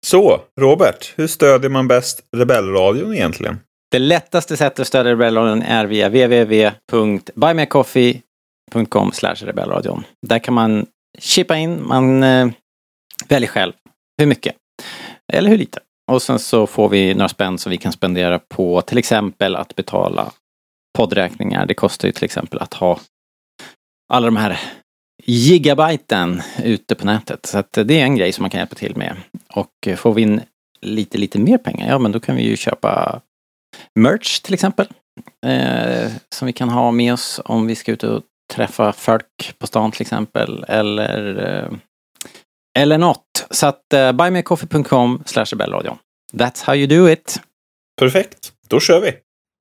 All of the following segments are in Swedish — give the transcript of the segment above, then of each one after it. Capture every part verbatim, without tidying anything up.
Så, Robert, hur stödjer man bäst Rebellradion egentligen? Det lättaste sättet att stödja Rebellradion är via w w w punkt buy me a coffee punkt com slash rebellradion. Där kan man chippa in, man eh, väljer själv hur mycket eller hur lite. Och sen så får vi några spänn som vi kan spendera på till exempel att betala poddräkningar. Det kostar ju till exempel att ha alla de här gigabyten ute på nätet. Så att det är en grej som man kan hjälpa till med. Och får vi in lite, lite mer pengar, ja men då kan vi ju köpa merch till exempel. Eh, som vi kan ha med oss om vi ska ut och träffa folk på stan till exempel. Eller, eh, eller något. Så att uh, buy me a coffee punkt com slash rebellradion. That's how you do it. Perfekt, då kör vi.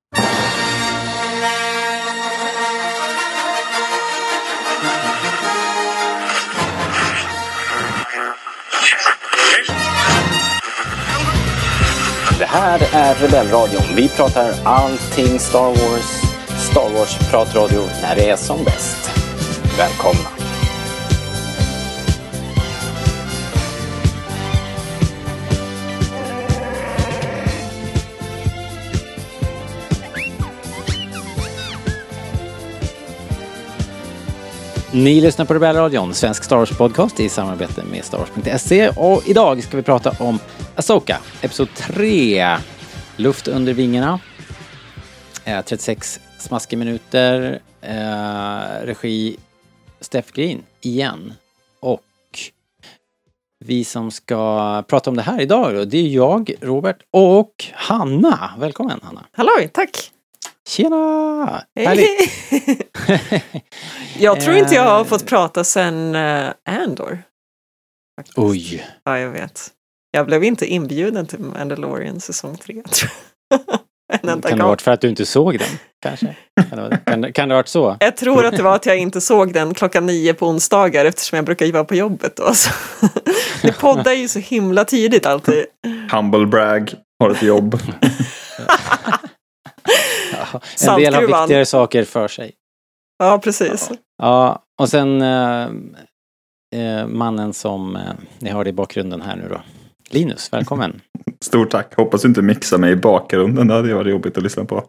Det här är Rebellradion. Vi pratar allting Star Wars. Star Wars pratradio när det är som bäst. Välkomna. Ni lyssnar på Rebellradion, svensk Star Wars podcast i samarbete med Star Wars punkt se, och idag ska vi prata om Ahsoka, episod tre, luft under vingarna, eh, trettiosex smaskiga minuter, eh, regi Steph Green igen, och vi som ska prata om det här idag då, det är jag, Robert och Hanna. Välkommen Hanna. Halloj, tack. Tjena! Hej. Jag tror inte jag har fått prata sen uh, Andor. Faktiskt. Oj. Ja, jag vet. Jag blev inte inbjuden till Mandalorian säsong tre, tror jag. En enda kan det ha varit för att du inte såg den, kanske? Kan det, kan, kan det ha varit så? Jag tror att det var att jag inte såg den klockan nio på onsdagar eftersom jag brukar vara på jobbet då. Så. Ni poddar ju så himla tidigt alltid. Humble brag, har ett jobb. Ja, en del har viktigare saker för sig. Ja, precis. Ja, ja, och sen äh, äh, mannen som äh, ni har i bakgrunden här nu då. Linus, välkommen. Stort tack. Hoppas du inte mixar mig i bakgrunden. Det hade varit jobbigt att lyssna på.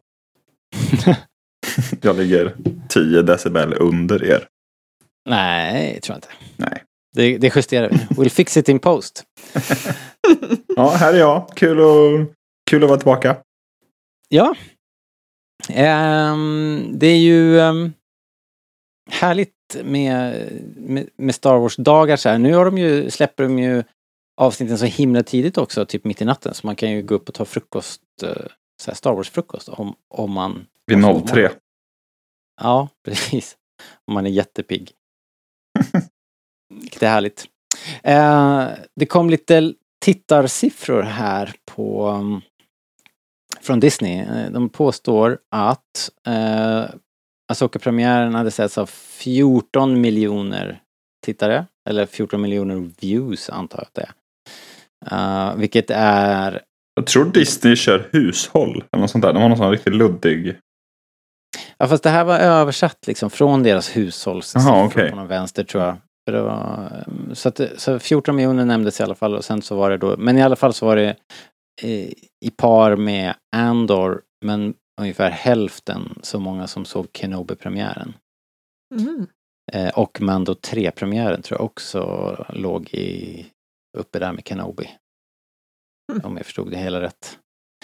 Jag ligger tio decibel under er. Nej, jag tror inte. Nej. Det, det justerar vi. We'll fix it in post. Ja, här är jag. Kul, och, kul att vara tillbaka. Ja. Um, det är ju um, härligt med, med, med Star Wars-dagar så här. Nu har de ju, släpper de ju avsnitten så himla tidigt också, typ mitt i natten. Så man kan ju gå upp och ta frukost, så här Star Wars-frukost om, om man... Vid noll tre. Ja, precis. Om man är jättepigg. Det är härligt. Uh, det kom lite tittarsiffror här på... Um, från Disney. De påstår att eh, Ahsoka-premiären hade setts av fjorton miljoner tittare. Eller fjorton miljoner views antar jag att det är. Uh, vilket är... Jag tror Disney kör hushåll. Eller något sånt där. De har någon sån riktigt luddig... Ja, fast det här var översatt liksom från deras hushållssiffror. Aha, okay. På någon vänster tror jag. För det var, så, att, så fjorton miljoner nämndes i alla fall. Och sen så var det då... Men i alla fall så var det i par med Andor, men ungefär hälften så många som såg Kenobi-premiären. Mm. Eh, och Mando tre-premiären tror jag också låg i, uppe där med Kenobi. Mm. Om jag förstod det hela rätt.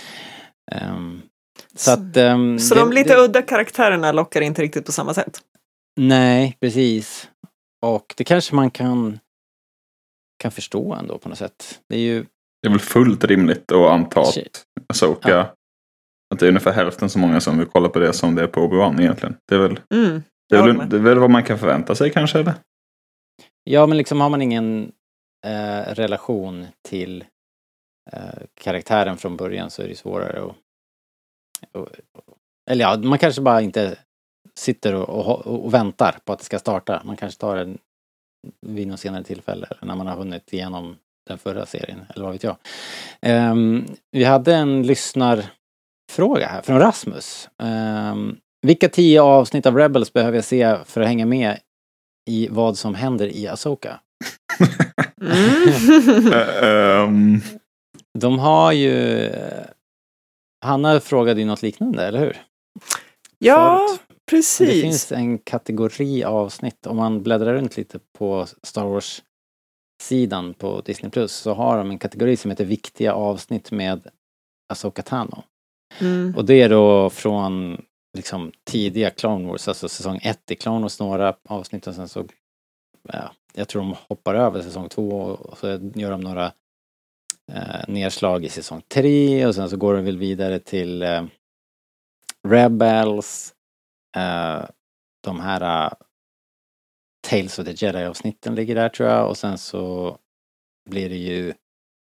Um, så så att, um, så det, de lite det, udda karaktärerna lockar inte riktigt på samma sätt? Nej, precis. Och det kanske man kan kan förstå ändå på något sätt. Det är ju Det är väl fullt rimligt att anta att Ahsoka, ja. Att det är ungefär hälften så många som vill kolla på det som det är på Obi-Wan egentligen. Det är väl, mm, det är väl, det är väl vad man kan förvänta sig kanske, eller? Ja, men liksom har man ingen eh, relation till eh, karaktären från början så är det svårare att... Och, eller ja, man kanske bara inte sitter och, och, och väntar på att det ska starta. Man kanske tar en vid något senare tillfälle när man har hunnit igenom den förra serien, eller vad vet jag. Um, vi hade en lyssnarfråga här från Rasmus. Um, vilka tio avsnitt av Rebels behöver jag se för att hänga med i vad som händer i Ahsoka? Mm. uh, um, De har ju... Hanna frågade ju något liknande, eller hur? Ja, Förut. precis. Det finns en kategori avsnitt. Om man bläddrar runt lite på Star Wars-sidan på Disney Plus så har de en kategori som heter viktiga avsnitt med Ahsoka Tano. Mm. Och det är då från liksom tidiga Clone Wars, alltså säsong ett i Clone Wars, några avsnitt och sen så ja, jag tror de hoppar över säsong två och så gör de några eh, nedslag i säsong tre och sen så går de väl vidare till eh, Rebels, eh, de här uh, Tales of the Jedi-avsnitten ligger där tror jag och sen så blir det ju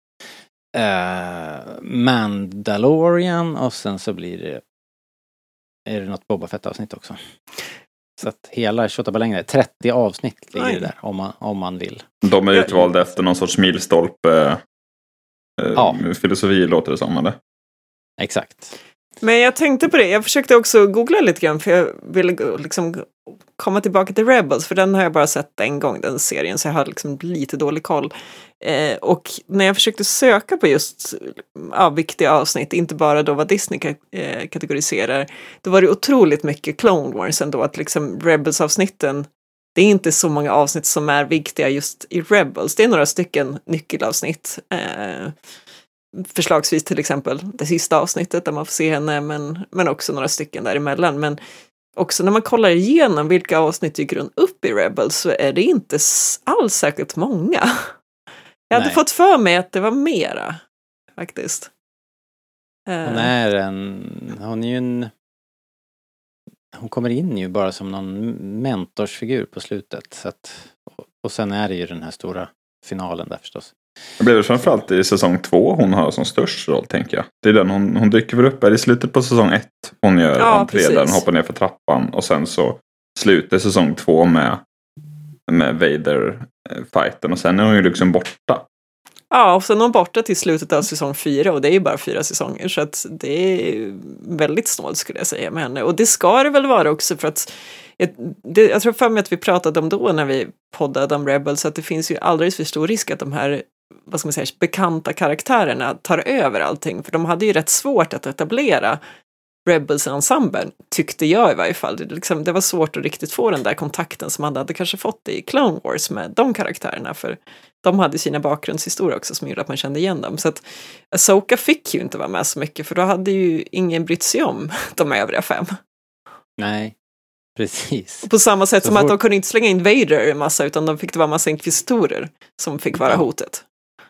Uh, Mandalorian och sen så blir det är det något Boba Fett-avsnitt också. Så att hela tjugoåtta längre, trettio avsnitt ligger det där om man, om man vill. De är utvalda efter någon sorts milstolpe eh, ja. filosofi låter det som, eller? Exakt. Men jag tänkte på det, jag försökte också googla lite grann för jag ville liksom komma tillbaka till Rebels för den har jag bara sett en gång, den serien, så jag har liksom lite dålig koll. Eh, och när jag försökte söka på just ja, viktiga avsnitt, inte bara då vad Disney ka- eh, kategoriserar, då var det otroligt mycket Clone Wars ändå, att liksom Rebels-avsnitten, det är inte så många avsnitt som är viktiga just i Rebels, det är några stycken nyckelavsnitt. Eh, förslagsvis till exempel det sista avsnittet där man får se henne, men, men också några stycken däremellan. Men också när man kollar igenom vilka avsnitt dyker hon upp i Rebels så är det inte alls säkert många. Jag hade Nej. fått för mig att det var mera, faktiskt. Hon är en, hon är ju en, hon kommer in ju bara som någon mentorsfigur på slutet. Så att, och sen är det ju den här stora finalen där förstås. Det blir väl framförallt i säsong två hon har som störst roll, tänker jag. Det är den hon, hon dyker väl upp här i slutet på säsong ett. Hon gör ja, entré där, hon hoppar ner för trappan. Och sen så slutar säsong två med, med Vader-fighten. Och sen är hon ju liksom borta. Ja, och sen är hon borta till slutet av säsong fyra. Och det är ju bara fyra säsonger. Så att det är väldigt snålt skulle jag säga med henne. Och det ska det väl vara också för att jag, det, jag tror för mig att vi pratade om då när vi poddade om Rebels att det finns ju alldeles för stor risk att de här vad ska man säga, bekanta karaktärerna tar över allting. För de hade ju rätt svårt att etablera Rebels-ensemblen, tyckte jag i varje fall. Det, liksom, det var svårt att riktigt få den där kontakten som man hade kanske fått i Clone Wars med de karaktärerna. För de hade sina bakgrundshistorier också som gjorde att man kände igen dem. Så att Ahsoka fick ju inte vara med så mycket för då hade ju ingen brytt sig om de övriga fem. Nej, precis. På samma sätt så som fort... att de kunde inte slänga in Vader en massa utan de fick det vara massa inkvisitorer som fick vara ja. hotet.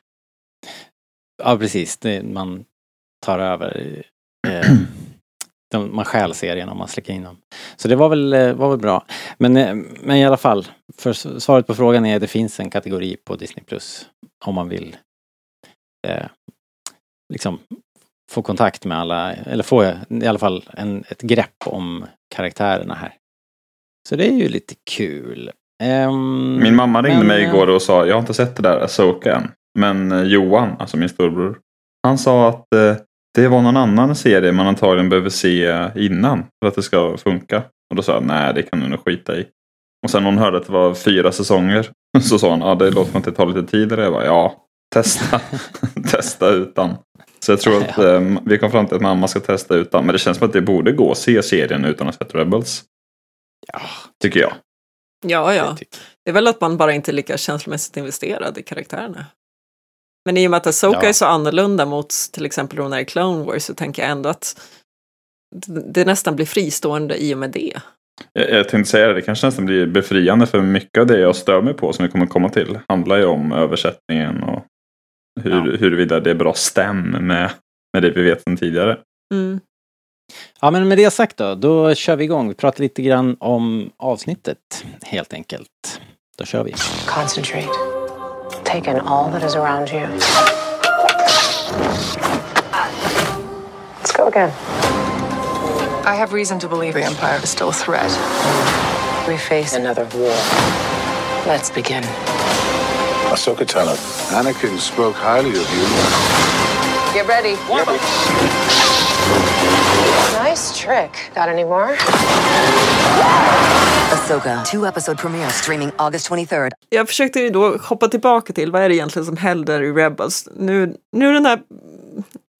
Ja, precis. Det, man tar över eh, de, man stjäl serien om man släcker in dem. Så det var väl, var väl bra. Men, men i alla fall, för svaret på frågan är att det finns en kategori på Disney Plus om man vill eh, liksom få kontakt med alla, eller få i alla fall en, ett grepp om karaktärerna här. Så det är ju lite kul. Um, Min mamma ringde men, mig igår och sa, jag har inte sett det där Ahsoka än. Men Johan, alltså min storbror, han sa att eh, det var någon annan serie man antagligen behöver se innan för att det ska funka. Och då sa jag, nej det kan du nog skita i. Och sen hon hörde att det var fyra säsonger så sa hon, ja det låter man inte ta lite tid. Och jag bara, ja, testa. testa utan. Så jag tror att eh, vi kom fram till att mamma ska testa utan. Men det känns som att det borde gå att se serien utan att sett Rebels. Ja, tycker jag. Ja, ja. Det är väl att man bara inte är lika känslomässigt investerad i karaktärerna. Men i och med att Ahsoka ja. är så annorlunda mot till exempel hon är i Clone Wars så tänker jag ändå att det nästan blir fristående i och med det. Jag, jag tänkte säga det, det kanske nästan blir befriande för mycket av det jag stör mig på som vi kommer komma till handlar ju om översättningen och hur, ja. huruvida det är bra stäm med, med det vi vet sedan tidigare. Mm. Ja, men med det sagt då, då kör vi igång. Vi pratar lite grann om avsnittet, helt enkelt. Då kör vi. Concentrate. Take in all that is around you. Let's go again. I have reason to believe the Empire is still a threat. We face another war. Let's begin. Ahsoka Tano, Anakin spoke highly of you. Get ready. Nice trick. Got any more? Ahsoka, two episode premiere streaming August twenty-third. Jag försökte ju då hoppa tillbaka till vad är det egentligen som händer i Rebels. Nu, nu den här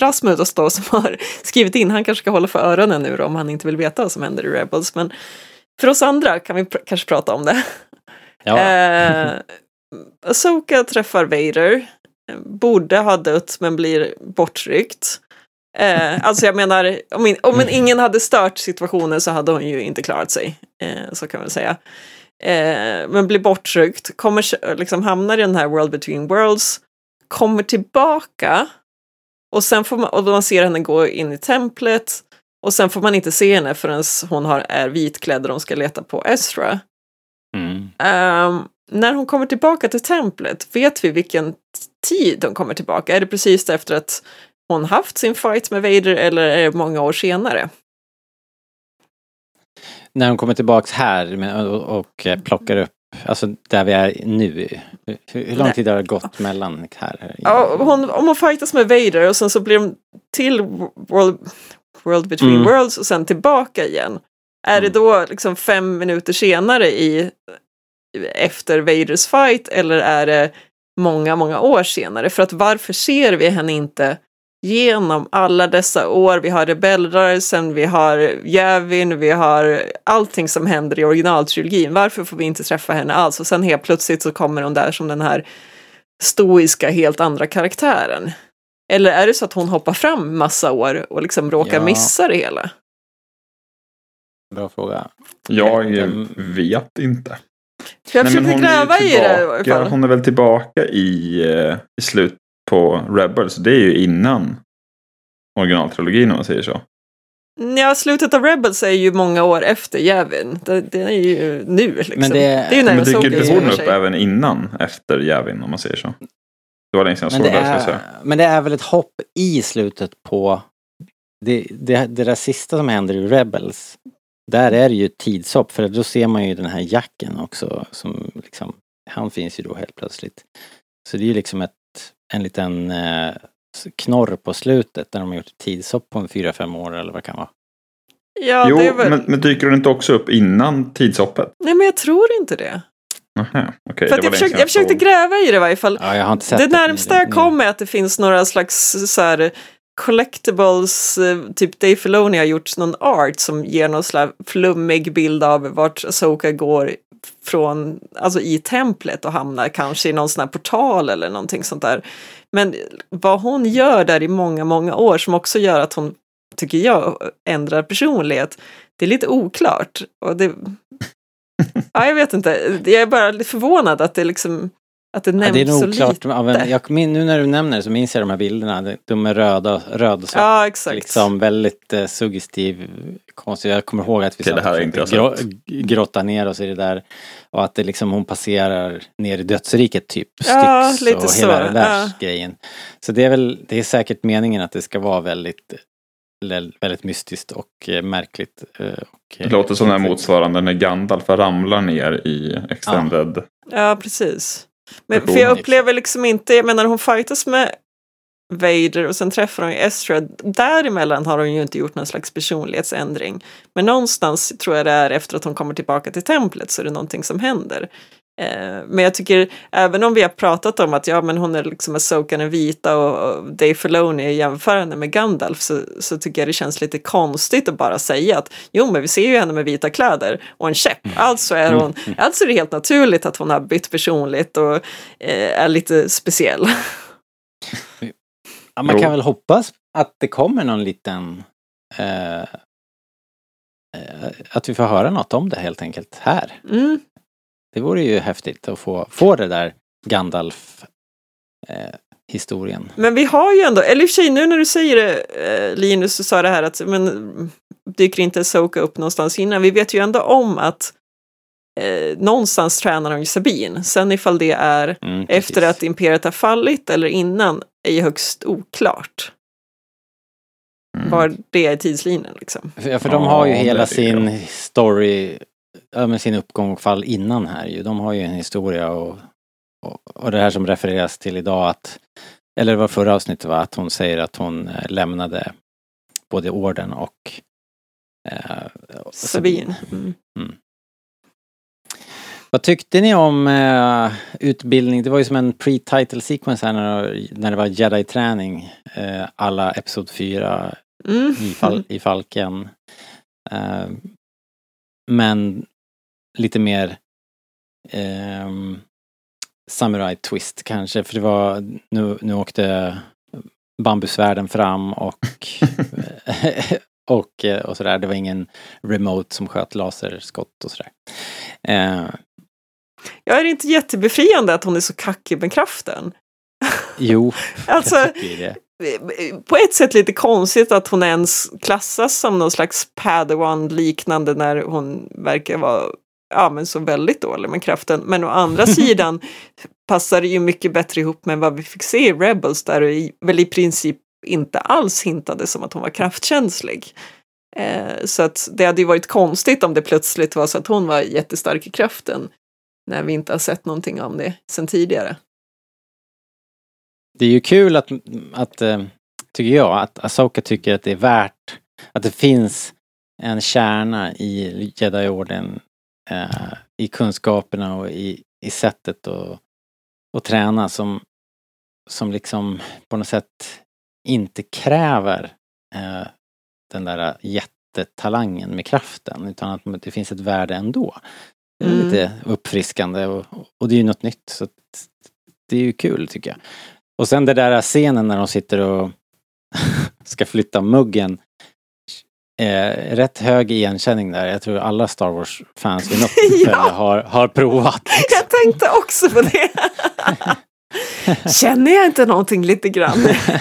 Rasmus då, som har skrivit in, han kanske ska hålla för öronen nu då, om han inte vill veta vad som händer i Rebels, men för oss andra kan vi pr- kanske prata om det. Ja. eh, Ahsoka träffar Vader, borde ha dött men blir bortryckt. Eh, alltså jag menar, om, in, om ingen hade stört situationen så hade hon ju inte klarat sig, eh, så kan man säga. Eh, men blir bortryckt, kommer, liksom hamnar i den här World Between Worlds, kommer tillbaka och sen får man, och då man ser henne gå in i templet och sen får man inte se henne förrän hon har, är vitklädd och de ska leta på Ezra. Mm. Um, när hon kommer tillbaka till templet, vet vi vilken tid hon kommer tillbaka? Är det precis efter att hon haft sin fight med Vader eller är det många år senare? När hon kommer tillbaks här med, och, och plockar upp, alltså där vi är nu. Hur, hur lång Nej. tid har det gått mellan här? Ja, hon, om hon fightas med Vader och sen så blir de till World, world Between Mm. Worlds och sen tillbaka igen. Är Mm. det då liksom fem minuter senare i efter Vaders fight eller är det många, många år senare? För att varför ser vi henne inte genom alla dessa år? Vi har rebellrörelsen, vi har Yavin, vi har allting som händer i originaltrilogin. Varför får vi inte träffa henne alls? Och sen helt plötsligt så kommer hon där som den här stoiska, helt andra karaktären. Eller är det så att hon hoppar fram massa år och liksom råkar Ja. missa det hela? Bra fråga. Jag Mm. vet inte. För jag Nej, men försökte hon är ju gräva i det i alla tillbaka- fall. Hon är väl tillbaka i, eh, i slut på Rebels. Det är ju innan originaltrilogin om man säger så. Ja, slutet av Rebels är ju många år efter Yavin. Det, det är ju nu liksom. Men det- är ju när Men Ahsoka dyker inte utspelar hon upp sig. även innan efter Yavin om man säger så? Det var länge sedan jag Men såg det, det, ska jag är, säga. men det är väl ett hopp i slutet på det, det, det där sista som händer i Rebels. Där är det ju ett tidshopp, för då ser man ju den här jacken också som liksom, han finns ju då helt plötsligt. Så det är ju liksom ett, en liten eh, knorr på slutet där de har gjort ett tidshopp på en fyra, fem år eller vad det kan vara. Ja, Jo, det är väl... men, men dyker hon inte också upp innan tidshoppet? Nej, men jag tror inte det. Aha, okej. För att det jag, var försökte, länge jag sedan försökte såg. gräva i det i varje fall. Ja, jag har inte sett Det det. närmsta jag kom är att det finns några slags så här collectibles, eh, typ Dave Filoni har gjort någon art som ger någon slags flummig bild av vart Ahsoka går från, alltså i templet och hamnar kanske i någon sån här portal eller någonting sånt där. Men vad hon gör där i många, många år som också gör att hon, tycker jag, ändrar personlighet, det är lite oklart. Och det... ja, jag vet inte. Jag är bara lite förvånad att det liksom att det nämns Ja, det är nog så oklart. lite. Av en, jag, min, nu när du nämner det så minns jag de här bilderna. De är röda, röd och svart. Ja, exakt. Liksom väldigt eh, suggestiv, konstig. Jag kommer ihåg att vi Okej, sa det här att är vi inte försökte jag grå, grotta ner oss i det där. Och att det liksom, hon passerar ner i dödsriket typ. Ja, Styx lite och så, hela den där ja. grejen. Så det är väl, det är säkert meningen att det ska vara väldigt, väldigt mystiskt och eh, märkligt. Eh, och, Det låter som den här motsvarande när Gandalf ramlar ner i Extended. Ja, precis. Men Version. för jag upplever liksom inte, jag menar hon fightas med Vader och sen träffar hon ju Ezra. Däremellan har hon ju inte gjort någon slags personlighetsändring. Men någonstans tror jag det är efter att hon kommer tillbaka till templet så är det någonting som händer. Eh, men jag tycker, även om vi har pratat om att ja, men hon är liksom Ahsoka den vita och, och Dave Filoni är jämförande med Gandalf så, så tycker jag det känns lite konstigt att bara säga att jo, men vi ser ju henne med vita kläder och en käpp. Alltså är hon, alltså är det helt naturligt att hon har bytt personligt och eh, är lite speciell. Ja, man Jo. kan väl hoppas att det kommer någon liten eh, eh, att vi får höra något om det helt enkelt här. Mm. Det vore ju häftigt att få, få det där Gandalf eh, historien. Men vi har ju ändå, eller i och för sig nu när du säger det, eh, Linus, du sa det här att men, dyker inte Ahsoka upp någonstans innan. Vi vet ju ändå om att eh, någonstans tränar hon ju Sabine. Sen ifall det är Mm, efter precis. att imperiet har fallit eller innan är ju högst oklart. Mm. Var det är tidslinjen liksom. För, för de Ja, har ju det är hela det sin story, ja, men sin uppgång och fall innan här ju. De har ju en historia och, och, och det här som refereras till idag att, eller det var förra avsnittet var att hon säger att hon eh, lämnade både orden och eh, och Sabine. Mm. Mm. Vad tyckte ni om uh, utbildning? Det var ju som en pre-title sequence här när, när det var Jedi-träning. Uh, alla episod fyra Mm. i, fal, i Falken. Uh, men lite mer um, samurai-twist kanske. För det var, nu, nu åkte bambusvärden fram och och, och sådär. Det var ingen remote som sköt laserskott och sådär. Uh, Jag är inte jättebefriande att hon är så kackig med kraften. Jo, alltså, jag tycker det. På ett sätt lite konstigt att hon ens klassas som någon slags padawan liknande när hon verkar vara ja, men så väldigt dålig med kraften. Men å andra sidan passar det ju mycket bättre ihop med vad vi fick se i Rebels där det väl i princip inte alls hintade som att hon var kraftkänslig. Eh, så att det hade ju varit konstigt om det plötsligt var så att hon var jättestark i kraften när vi inte har sett någonting om det sedan tidigare. Det är ju kul att, att tycker jag, att Ahsoka tycker att det är värt att det finns en kärna i Jedi-orden eh, i kunskaperna och i, i sättet att, att träna som, som liksom på något sätt inte kräver eh, den där jättetalangen med kraften utan att det finns ett värde ändå. Det är mm. lite uppfriskande och, och det är ju något nytt så det är ju kul tycker jag. Och sen det där scenen när de sitter och ska flytta muggen. Eh, rätt hög igenkänning där. Jag tror alla Star Wars-fans vid något tillfälle ja. har, har provat. Liksom. Jag tänkte också på det. Känner jag inte någonting lite grann?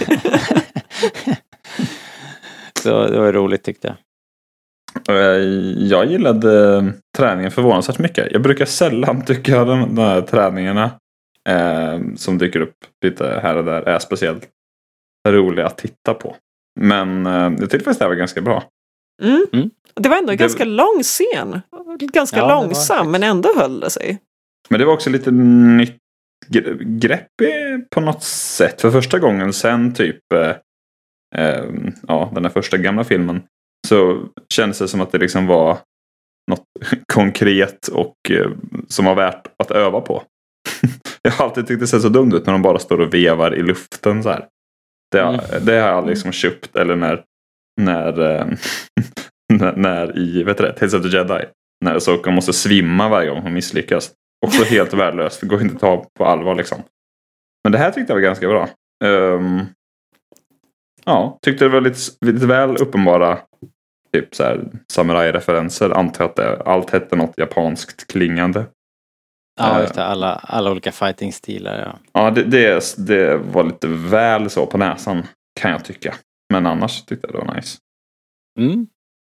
Så det var roligt tyckte jag. Jag gillade träningen förvånansvärt mycket. Jag brukar sällan tycka att de här träningarna eh, som dyker upp lite här och där är speciellt roliga att titta på. Men eh, jag tyckte faktiskt det var ganska bra. Mm. Mm. Det var ändå en det... ganska lång scen. Ganska ja, långsam men ändå höll det sig. Men det var också lite nytt grepp på något sätt. För första gången sen typ eh, eh, ja, den här första gamla filmen så kändes det som att det liksom var något konkret och eh, som var värt att öva på. Jag har alltid tyckt det ser så dumt ut när de bara står och vevar i luften så här. Det, mm. det har jag liksom köpt. Eller när när, eh, när, när i vet du, Tales of the Jedi när Ahsoka måste svimma varje gång hon misslyckas. Också helt värdelöst. Det går inte att ta på allvar liksom. Men det här tyckte jag var ganska bra. Um, ja, tyckte det var lite, lite väl uppenbara typ så här samurai-referenser. Antar att det, allt hette något japanskt klingande. Ja, just det. Alla, alla olika fighting-stilar. Ja, ja det, det, det var lite väl så på näsan kan jag tycka. Men annars tyckte jag det var nice. Mm.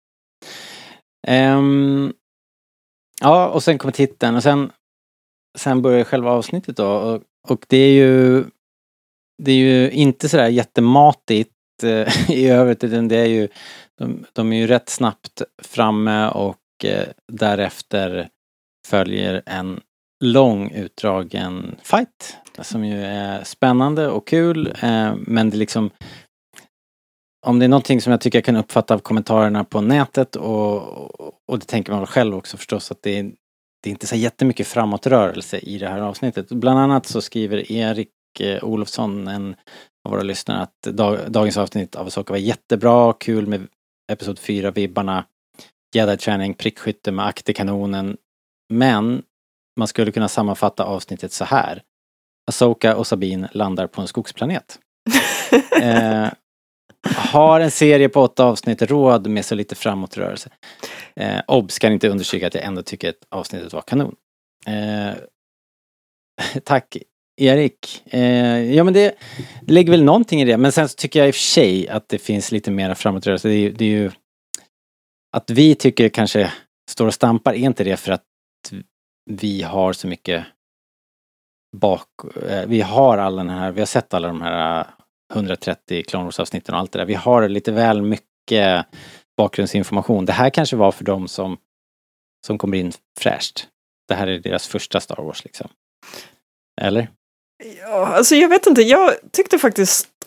Um, ja, och sen kommer titeln. Och sen, sen börjar själva avsnittet då. Och, och det är ju det är ju inte sådär jättematigt eh, i övrigt. Utan det är ju de, de är ju rätt snabbt framme och eh, därefter följer en lång utdragen fight som ju är spännande och kul eh, men det liksom om det är någonting som jag tycker jag kan uppfatta av kommentarerna på nätet och, och det tänker man väl själv också förstås att det är, det är inte så jättemycket framåtrörelse i det här avsnittet. Bland annat så skriver Erik eh, Olofsson, en av våra lyssnare, att dag, dagens avsnitt av Ahsoka var jättebra, kul med episod fyra vibbarna, Jedi-träning, prickskytte med aktekanonen, men man skulle kunna sammanfatta avsnittet så här. Ahsoka och Sabine landar på en skogsplanet. eh, har en serie på åtta avsnitt råd med så lite framåtrörelse. Eh, Obs kan inte understryka att jag ändå tycker att avsnittet var kanon. Eh, tack Erik. Eh, ja men det, det ligger väl någonting i det. Men sen så tycker jag i och för sig att det finns lite mer framåtrörelse. Det är, det är ju att vi tycker kanske står och stampar, är inte det för att vi har så mycket bak, vi har all den här, vi har sett alla de här hundratrettio Clone Wars-avsnitten och allt det där. Vi har lite väl mycket bakgrundsinformation. Det här kanske var för dem som som kommer in fräscht. Det här är deras första Star Wars liksom. Eller? Ja, alltså jag vet inte, jag tyckte faktiskt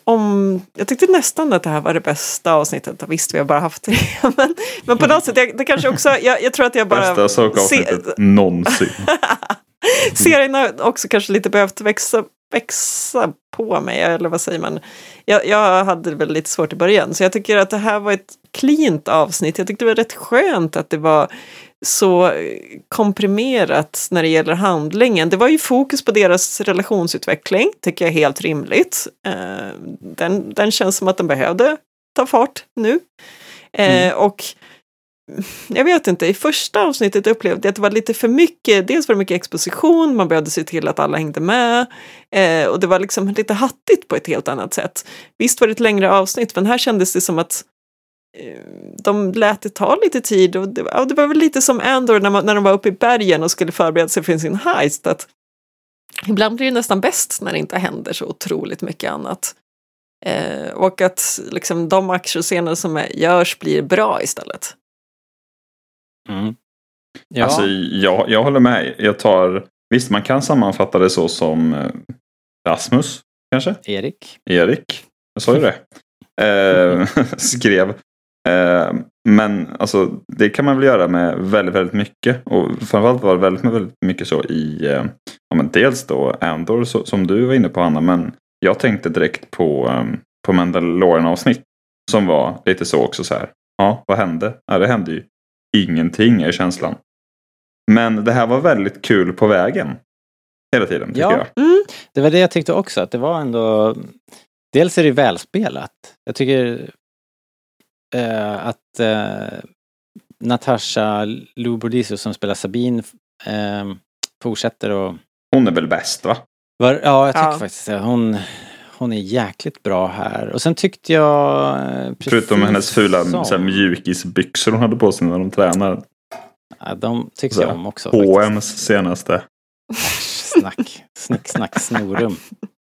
om, jag tyckte nästan att det här var det bästa avsnittet. Visst, vi har bara haft det. men, men på något sätt, jag, det kanske också, jag, jag tror att jag bara... Bästa Ahsoka-avsnittet se, någonsin. Serien har också kanske lite behövt växa, växa på mig, eller vad säger man? Jag, jag hade väl lite svårt i början, så jag tycker att det här var ett cleant avsnitt. Jag tyckte det var rätt skönt att det var så komprimerat när det gäller handlingen. Det var ju fokus på deras relationsutveckling, tycker jag är helt rimligt. Den, den känns som att den behövde ta fart nu. Mm. Och jag vet inte, i första avsnittet upplevde jag att det var lite för mycket, dels var det mycket exposition, man behövde se till att alla hängde med, eh, och det var liksom lite hattigt på ett helt annat sätt. Visst var det ett längre avsnitt, men här kändes det som att eh, de lät det ta lite tid, och det, och det var väl lite som Andor när, man, när de var uppe i bergen och skulle förbereda sig för sin heist, att ibland blir det nästan bäst när det inte händer så otroligt mycket annat. Eh, och att liksom, de actionscener som är, görs blir bra istället. Mm. Ja. Alltså, jag, jag håller med. Jag tar, visst, man kan sammanfatta det så som eh, Rasmus, kanske? Erik. Erik, jag sa ju det. Eh, skrev. Eh, men alltså, det kan man väl göra med väldigt, väldigt mycket. Och framförallt var det väldigt, väldigt mycket så i, eh, ja, men dels då Andor, så, som du var inne på, Anna, men jag tänkte direkt på, um, på Mandalorian-avsnitt som var lite så också så här. Ja, vad hände? Ja, det hände ju ingenting i känslan. Men det här var väldigt kul på vägen. Hela tiden, tycker ja. jag. Mm. Det var det jag tyckte också. Att det var ändå... Dels är det välspelat. Jag tycker uh, att uh, Natasha Lubodiso som spelar Sabine uh, fortsätter och... Hon är väl bäst, va? Var, ja, jag tycker ja. faktiskt det. Hon... Hon är jäkligt bra här. Och sen tyckte jag... Förutom hennes fula så här, mjukisbyxor hon hade på sig när de tränar. Ja, de tycker så, jag om också. H och M's senaste. Snack. Snick, snack, snorum.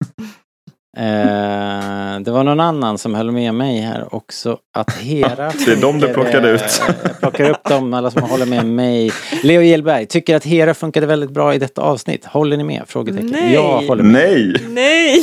eh, det var någon annan som höll med mig här också. Att Hera... det är de du plockade ut. Jag plockar upp dem, alla som håller med mig. Leo Gillberg tycker att Hera funkade väldigt bra i detta avsnitt. Håller ni med? Frågetecken. Nej. Jag håller med. Nej. Nej.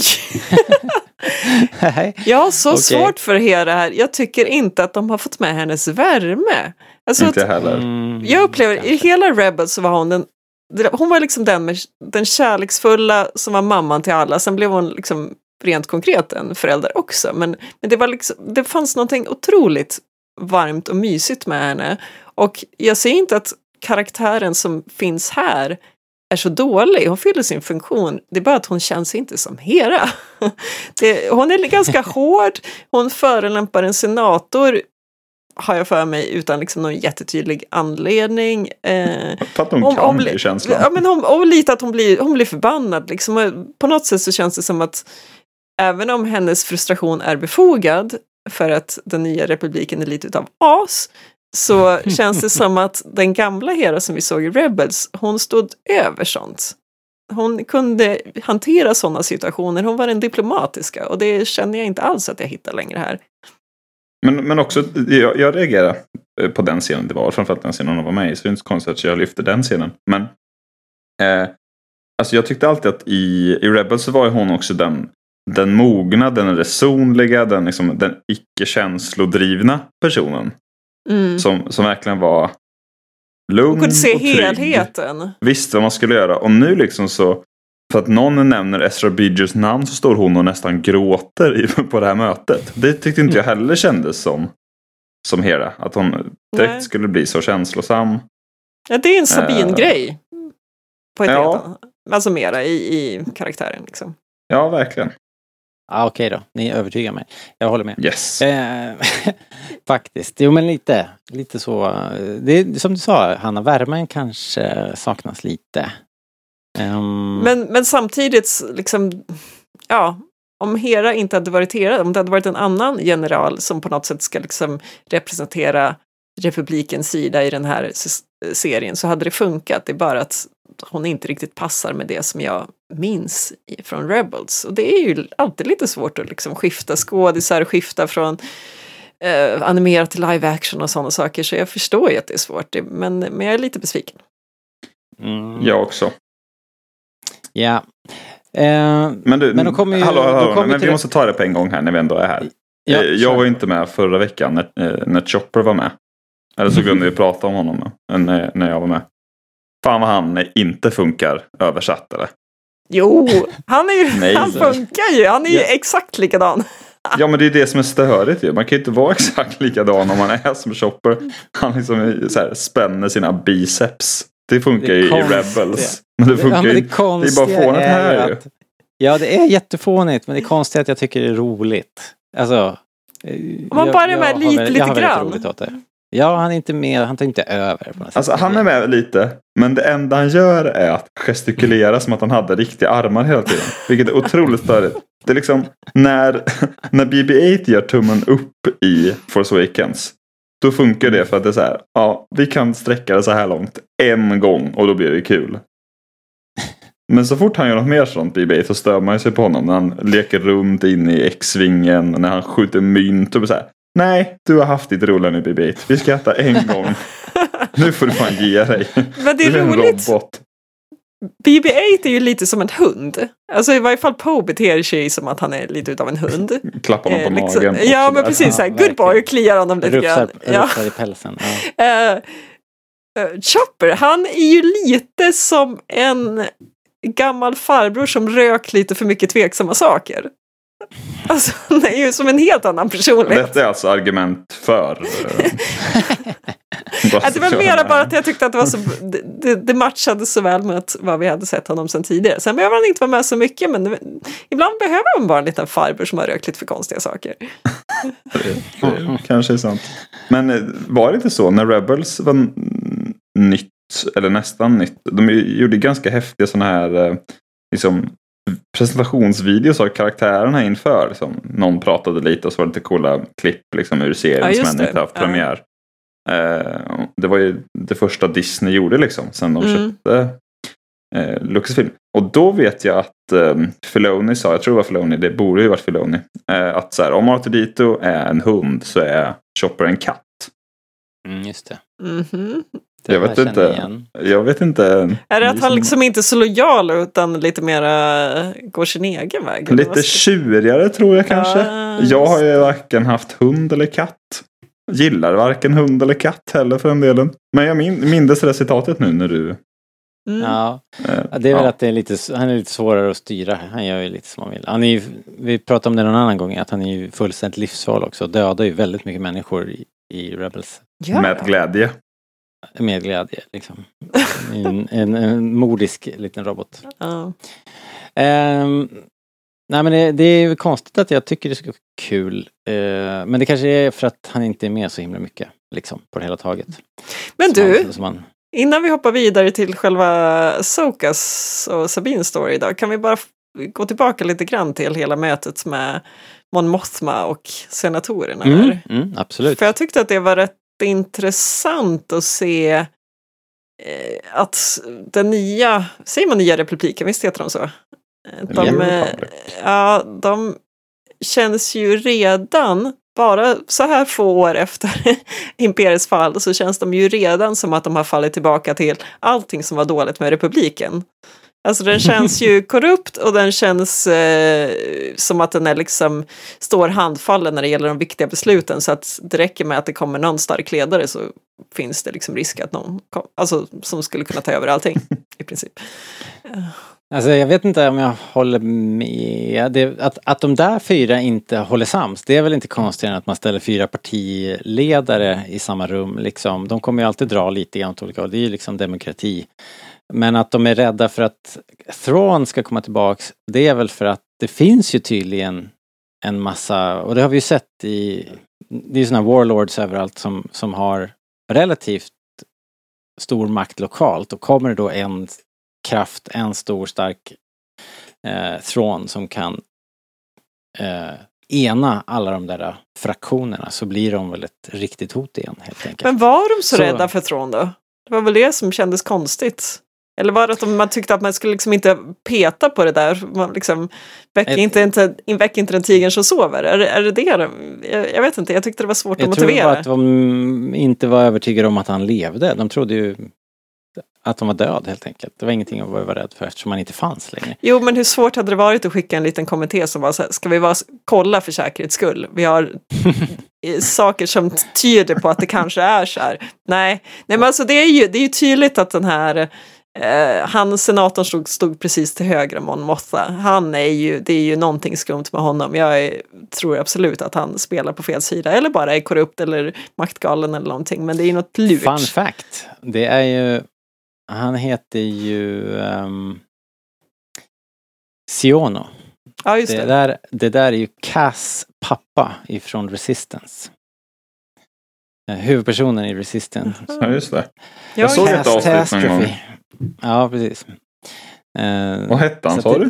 Jag har så okay. svårt för Hera här. Jag tycker inte att de har fått med hennes värme. Alltså inte att, heller. Mm, jag upplever, kanske. I hela Rebels så var hon den, hon var liksom den, med, den kärleksfulla som var mamman till alla. Sen blev hon liksom rent konkret en förälder också. Men, men det var liksom, det fanns någonting otroligt varmt och mysigt med henne. Och jag ser inte att karaktären som finns här är så dålig. Hon fyller sin funktion. Det är bara att hon känns inte som Hera. Det, hon är ganska hård. Hon förelämpar en senator, har jag för mig, utan liksom någon jättetydlig anledning. Eh, för att hon om, kan om, bli känslan. Ja, men hon, och lite att hon blir, hon blir förbannad. Liksom. På något sätt så känns det som att även om hennes frustration är befogad för att den nya republiken är lite utav as, så känns det som att den gamla Hera som vi såg i Rebels, hon stod över sånt. Hon kunde hantera sådana situationer. Hon var den diplomatiska, och det känner jag inte alls att jag hittar längre här. Men, men också, jag, jag reagerar på den scenen det var, framförallt den scenen hon var med i, så det är inte så konstigt att jag lyfter den scenen. Men eh, alltså jag tyckte alltid att i, i Rebels så var hon också den, den mogna, den resonliga, den, liksom, den icke-känslodrivna personen. Mm. Som, som verkligen var lugn och kunde se och trygg. Helheten. Visst vad man skulle göra. Och nu liksom så, för att någon nämner Ezra Bridgers namn, så står hon och nästan gråter i, på det här mötet. Det tyckte inte jag heller kändes som som Hera. Att hon direkt Nej. skulle bli så känslosam. Ja, det är en Sabine-grej. Uh, på ett ja. helt, alltså mera i, i karaktären liksom. Ja, verkligen. Ja, ah, okej okay då. Ni övertygar mig. Jag håller med. Yes. Eh, faktiskt. Jo, men lite. Lite så. Det är, som du sa, Hanna, värmen kanske saknas lite. Um... Men, men samtidigt, liksom, ja, om Hera inte hade varit Hera, om det hade varit en annan general som på något sätt ska liksom representera republikens sida i den här serien, så hade det funkat. Det är bara att hon inte riktigt passar med det som jag minns från Rebels. Och det är ju alltid lite svårt att liksom skifta skådisar, skifta från eh, animerat till live action och sådana saker. Så jag förstår ju att det är svårt. Men, men jag är lite besviken. Mm. Jag också. Ja. Eh, Men du, men då kommer ju, hallå, hallå, då kommer men vi till- måste ta det på en gång här när vi ändå är här. Ja, Eh, jag kör. var ju inte med förra veckan när, eh, när Chopper var med. Eller så glömde vi prata om honom då, när, när jag var med. Fan vad han inte funkar översatt eller? Jo, han, är ju, Nej, han så. funkar ju. Han är ju Ja. exakt likadan. Ja men det är det som är störigt ju. Man kan ju inte vara exakt likadan om man är som Chopper. Han liksom så här, spänner sina biceps. Det funkar Det är ju i konstigt. Rebels. Men det funkar Ja, men ju det konstiga det är bara fånigt här är ju. att, ja, det är jättefånigt, men det är konstigt att jag tycker det är roligt. Alltså, Om man bara är med lite, lite jag har väldigt grann. roligt åt det. Ja, han är inte med, han tar inte över. På något sätt. Alltså han är med lite. Men det enda han gör är att gestikulera som att han hade riktiga armar hela tiden. Vilket är otroligt störigt. Det är liksom när, när B B åtta gör tummen upp i Force Awakens. Då funkar det för att det är så här. Ja, vi kan sträcka det så här långt en gång och då blir det kul. Men så fort han gör något mer sånt B B åtta så stör man sig på honom. När han leker runt in i X-vingen. När han skjuter mynt och så här. Nej, du har haft ditt rullan i B B åtta. Vi ska äta en gång. Nu får du fan ge dig. Men det är Du en roligt. robot. B B åtta är ju lite som en hund. Alltså i varje fall Poe beter sig som att han är lite utav en hund. Klappar honom på Eh, liksom. magen. Ja, och men sådär. precis. Så här, Ja, good boy, verkligen. och kliar honom lite Rufsar, grann. Ja. rufsar i pälsen. Ja. Eh, eh, Chopper, han är ju lite som en gammal farbror som rök lite för mycket tveksamma saker. Alltså, han är ju som en helt annan personlighet. Detta är alltså argument för. eh, Att det var mera bara att jag tyckte att det, var så, det, det, det matchade så väl med att, vad vi hade sett honom sedan tidigare. Sen behöver han inte vara med så mycket, men det, ibland behöver man bara en liten farbror som har rökt lite för konstiga saker. Det kanske är sant. Men eh, var det inte så när Rebels var n- nytt eller nästan nytt. De gjorde ganska häftiga sådana här eh, liksom presentationsvideos av karaktärerna inför. Liksom. Någon pratade lite och så var det lite coola klipp liksom, ur serien Ja, just som ännu det. inte haft Ja. premiär. Eh, det var ju det första Disney gjorde liksom. Sen de Mm. köpte eh, Lucasfilm. Och då vet jag att eh, Filoni sa, jag tror det var Filoni, det borde ju varit Filoni. Eh, att så här, om R two D two är en hund så är Chopper en katt. Mm, just det. Mhm. det Jag här vet känner inte. jag igen. Jag vet inte. Är det att Ni han som- liksom inte är så lojal utan lite mera går sin egen väg? eller Lite vad ska- tjurigare tror jag kanske. Ja, Jag har ju varken haft hund eller katt. Gillar varken hund eller katt heller för den delen. Men jag min- mindes det där citatet nu när du... Mm. Ja, Eh, Ja, det är väl ja. att det är lite, han är lite svårare att styra. Han gör ju lite som han vill. Han är ju, vi pratade om det någon annan gång, att han är ju fullständigt livsfarlig också. Dödar ju väldigt mycket människor i, i Rebels. Ja. Med glädje. Med glädje liksom. En, en, en modisk liten robot. Ja. Ehm, nej men det, det är ju konstigt att jag tycker det ska vara kul. Uh, men det kanske är för att han inte är med så himla mycket. Liksom, på det hela taget. Men Som du, han, som han, innan vi hoppar vidare till själva Sokas och Sabines story idag, kan vi bara f- gå tillbaka lite grann till hela mötet med Mon Mothma och senatorerna mm, där. mm, absolut. För jag tyckte att det var rätt intressant att se eh, att den nya, säger man nya republiken, visst heter de så? Eh, De, New eh, Republic. ja, de känns ju redan, bara så här få år efter imperiets fall, så känns de ju redan som att de har fallit tillbaka till allting som var dåligt med republiken. Alltså den känns ju korrupt och den känns eh, som att den är liksom står handfallen när det gäller de viktiga besluten, så att det räcker med att det kommer någon stark ledare så finns det liksom risk att någon kom, alltså, som skulle kunna ta över allting i princip. Alltså jag vet inte om jag håller med. Det, att, att de där fyra inte håller sams, det är väl inte konstigare än att man ställer fyra partiledare i samma rum. Liksom. De kommer ju alltid dra lite grann åt olika håll. Det är ju liksom demokrati. Men att de är rädda för att Thrawn ska komma tillbaks, det är väl för att det finns ju tydligen en massa, och det har vi ju sett i, det är ju såna warlords överallt som, som har relativt stor makt lokalt, och kommer det då en kraft, en stor stark eh, Thrawn som kan eh, ena alla de där fraktionerna, så blir de väl ett riktigt hot igen helt enkelt. Men var de så, Så- rädda för Thrawn då? Det var väl det som kändes konstigt. Eller var det att de, man tyckte att man skulle liksom inte peta på det där? Man liksom väcker Ett- inte, inte, väcker inte den tigern som sover. Är, det- är det det? de- Jag, jag vet inte, jag tyckte det var svårt Jag att tror motivera. bara att de inte var övertygade om att han levde. De trodde ju att de var död helt enkelt. Det var ingenting att vara rädd för eftersom man inte fanns längre. Jo, men hur svårt hade det varit att skicka en liten kommitté som var så här, ska vi bara kolla för säkerhets skull? Vi har saker som tyder på att det kanske är så här. Nej, Nej men alltså det är ju, det är ju tydligt att den här eh, han, senatorn stod, stod precis till höger om Mon Mothma. Han är ju, det är ju någonting skumt med honom. Jag är, tror absolut att han spelar på fel sida eller bara är korrupt eller maktgalen eller någonting. Men det är ju något lurt. Fun fact, det är ju han heter ju um, Siono. Ja, just det. det. Där, det där är ju Cass pappa ifrån Resistance. Huvudpersonen i Resistance. Ja, just det. Ja, Jag såg ett avsnitt någon gång. Ja, precis. Uh, vad hette han, sa det, du?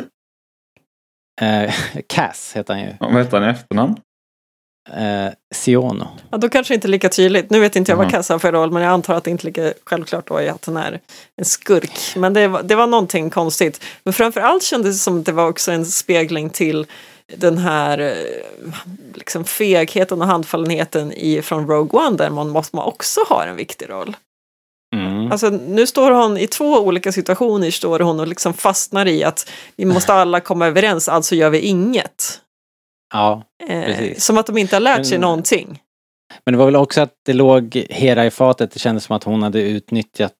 Uh, Cass heter han ju. Ja, vad hette han i efternamn? Uh, Siono. Ja, då kanske inte lika tydligt. Nu vet inte jag vad Mm. Cass har för roll, men jag antar att det inte är lika självklart då att han är en skurk. Men det var, det var någonting konstigt. Men framförallt kändes det som att det var också en spegling till den här liksom fegheten och handfallenheten i, från Rogue One, där Mon Mothma också har en viktig roll. Mm. Alltså nu står hon i två olika situationer, står hon och liksom fastnar i att vi måste alla komma överens, alltså gör vi inget. Ja, Eh, precis. som att de inte har lärt sig Men- någonting. Men det var väl också att det låg Hera i fatet. Det kändes som att hon hade utnyttjat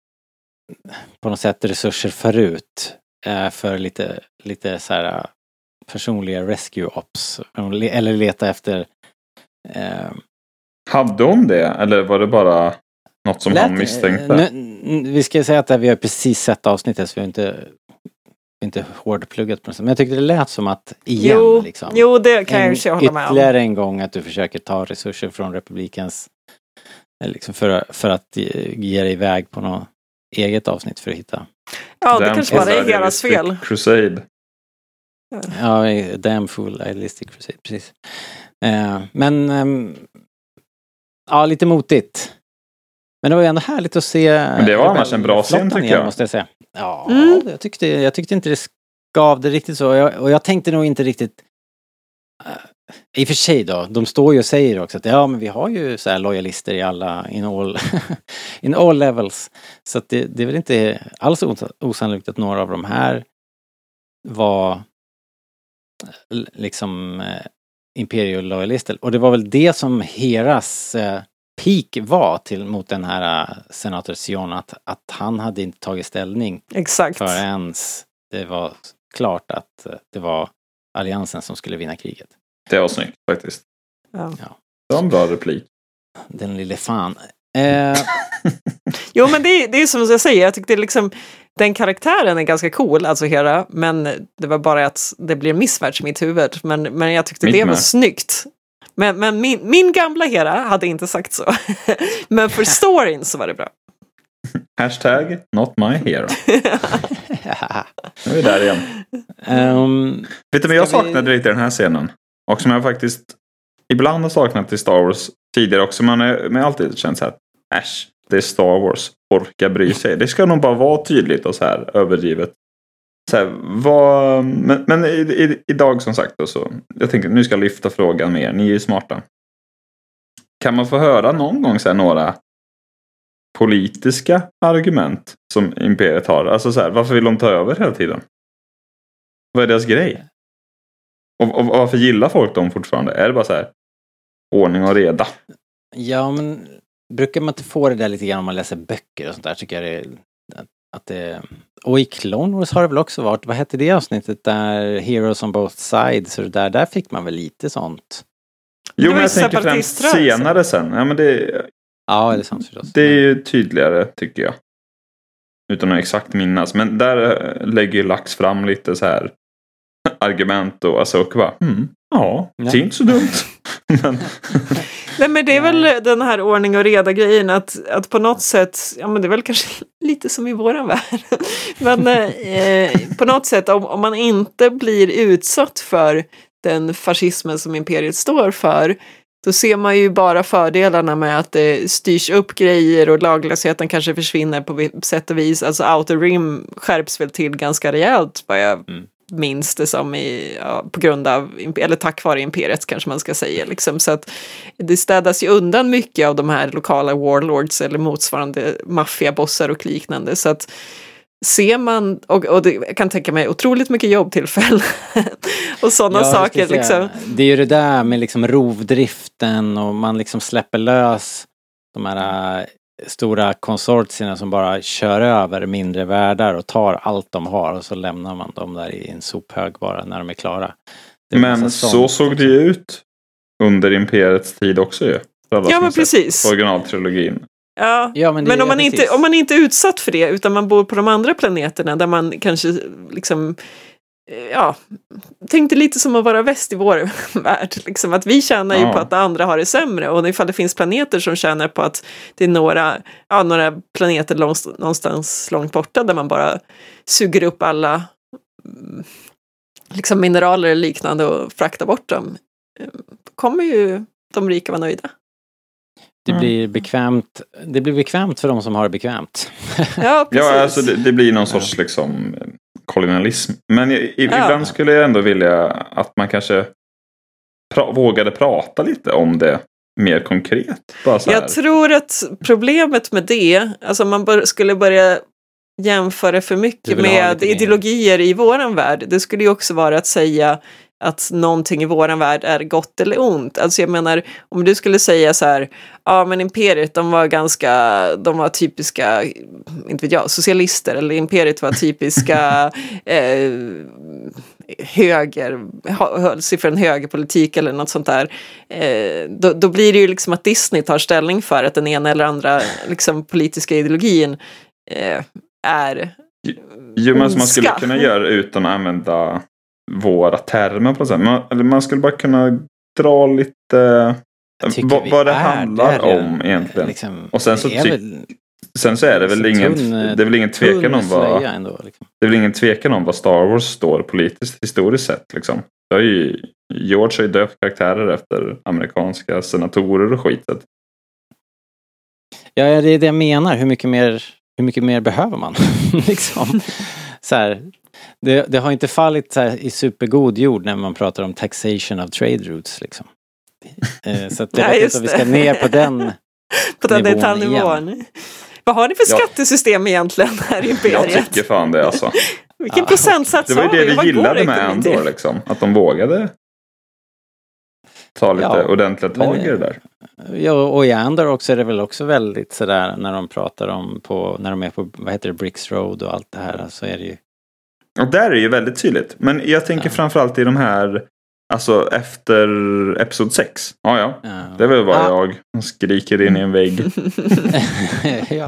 på något sätt resurser förut. Eh, för lite, lite så här eh, personliga rescue ops. Eller leta efter... Eh, Hade hon det? Eller var det bara något som lät- han misstänkte? Nu, n- vi ska säga att vi har precis sett avsnittet så vi har inte, inte hårdpluggat på något sätt. Men jag tyckte det lät som att igen Jo, liksom. jo, det kan jag en, ju sig hålla med om. Ytterligare en gång att du försöker ta resurser från republikens liksom för, för att ge ge dig iväg på något eget avsnitt för att hitta. Ja, det Damn kanske bara är Fool Heras Idealistic fel. Crusade. Ja, Damn Fool Idealistic Crusade, precis. Eh, men ehm, ja, lite motigt. Men det var ju ändå härligt att se. Men det var annars en bra scen, Rebellflottan tycker igen, jag. måste jag säga. Ja, Mm. jag, tyckte, jag tyckte inte det gav det riktigt så. Jag, och jag tänkte nog inte riktigt. Uh, I och för sig då, de står ju och säger också att ja, men vi har ju så här lojalister i alla, in all, in all levels. Så att det, det är väl inte alls os- osannolikt att några av de här var l- liksom eh, imperial-lojalister. Och det var väl det som Heras eh, peak var till mot den här eh, senator Sion, att, att han hade inte tagit ställning Exakt. förrän det var klart att eh, det var alliansen som skulle vinna kriget. Det var snyggt faktiskt. Ja. Det var en bra replik. Den lille fan. Eh, Jo, men det, det är som jag säger, jag tyckte liksom den karaktären är ganska cool, alltså Hera, men det var bara att det blir missmatch i mitt huvud, men, men jag tyckte Mitt det var med. snyggt. Men, men min, min gamla Hera hade inte sagt så. Men för storyn så var det bra. Hashtag not my hero. Nu är vi där igen. ehm, Vet du vad jag Ska vi- saknade lite i den här scenen? Och som jag faktiskt ibland har saknat i Star Wars tidigare också. Men jag har alltid känt så här. Äsch, det är Star Wars. Orka bry sig. Det ska nog bara vara tydligt och så här överdrivet. Så här, vad, men men i, i, idag som sagt då, så jag tänker nu ska jag lyfta frågan mer. Ni är ju smarta. Kan man få höra någon gång så här, några politiska argument som imperiet har? Alltså så här, varför vill de ta över hela tiden? Vad är deras grej? Och, och, och varför gillar folk dem fortfarande? Är det bara så här ordning och reda? ja, men brukar man inte få det där lite grann om man läser böcker och sånt där, tycker jag det, att det... Och i Clone Wars har det väl också varit, vad hette det avsnittet där Heroes on both sides och det där, där fick man väl lite sånt. Jo, var men ju jag tänker främst separatiströrelsen. senare sen. Ja, men det, Ja, det är sant förstås. det är ju tydligare tycker jag. Utan att exakt minnas. Men där äh, lägger ju Lax fram lite så här argument och Ahsoka bara, mm, ja, det är Ja. inte så dumt. men, Nej, men det är väl den här ordning och reda grejen att, att på något sätt, ja men det är väl kanske lite som i våran värld, men eh, på något sätt om, om man inte blir utsatt för den fascismen som imperiet står för, då ser man ju bara fördelarna med att det styrs upp grejer och laglösheten kanske försvinner på sätt och vis. Alltså Outer Rim skärps väl till ganska rejält vad jag Mm. minns det som i, ja, på grund av, eller tack vare imperiet kanske man ska säga. Liksom. Så att det städas ju undan mycket av de här lokala warlords eller motsvarande maffiabossar och liknande. Så att ser man, och, och det, jag kan tänka mig otroligt mycket jobbtillfällen och sådana Ja, saker. säga, Liksom. Det är ju det där med liksom rovdriften och man liksom släpper lös de här äh, stora konsortierna som bara kör över mindre världar och tar allt de har och så lämnar man dem där i en sophög bara när de är klara. Det är Men så såg det ju ut under imperiets tid också ju. Ja, men precis. Originaltrilogin. Ja, ja, men, det, men om, ja, man inte, om man inte är utsatt för det utan man bor på de andra planeterna där man kanske liksom ja, tänkte lite som att vara väst i vår värld. Liksom, att vi tjänar ju ja. på att andra har det sämre och ifall det finns planeter som tjänar på att det är några, ja, några planeter långs, någonstans långt borta där man bara suger upp alla liksom mineraler eller liknande och fraktar bort dem. Kommer ju de rika vara nöjda. Det blir bekvämt, det blir bekvämt för de som har det bekvämt. Ja, precis. Ja, alltså det, det blir någon sorts liksom kolonialism. Men i, i, Ja. ibland skulle jag ändå vilja att man kanske pra- vågade prata lite om det mer konkret. Bara så här. Jag tror att problemet med det, alltså man bör, skulle börja jämföra för Du mycket vill ha med lite mer. ideologier i våran värld. Det skulle ju också vara att säga att någonting i våran värld är gott eller ont. Alltså jag menar, om du skulle säga så här, ja men imperiet, de var ganska, de var typiska, inte vet jag, socialister, eller imperiet var typiska eh, höger, höll sig för en högerpolitik eller något sånt där. Eh, då, då blir det ju liksom att Disney tar ställning för att den ena eller andra liksom, politiska ideologin eh, är Jo, men alltså man skulle ondska. kunna göra utan att använda våra termer på något sätt. Man, eller man skulle bara kunna dra lite Jag tycker vad, vi vad det är handlar där, om egentligen. Liksom, Och sen så det är ty- väl Sen så är det väl så ingen, tunn, det är väl ingen tvekan tunn om vad slöja ändå, liksom. det är väl ingen tvekan om vad Star Wars står politiskt historiskt sett liksom. Det har ju, George har ju döpt karaktärer efter amerikanska senatorer och skitet. Ja, det är det jag menar. Hur mycket mer, hur mycket mer behöver man? liksom. Så här, det, det har inte fallit så här i supergod jord när man pratar om taxation of trade routes. Liksom. Eh, så att jag Ja, vet just inte om vi det. ska ner på den på den nivån detaljnivån. Vad har ni för Ja. skattesystem egentligen här i Jag imperiet? tycker fan det alltså. Vilken Ja. procentsats Det var ju har det vi Vad gillade går med ekonomin till? Andor liksom. Att de vågade ta lite Ja, ordentliga tag men- i det där. Ja, och i Andor också är det väl också väldigt sådär när de pratar om på, när de är på, vad heter det, Bricks Road och allt det här, så är det ju Och där är det ju väldigt tydligt. Men jag tänker Ja. framförallt i de här, alltså efter episod sex. Ja, ja. ja. Det är väl bara Ah. jag som skriker in i en vägg. ja.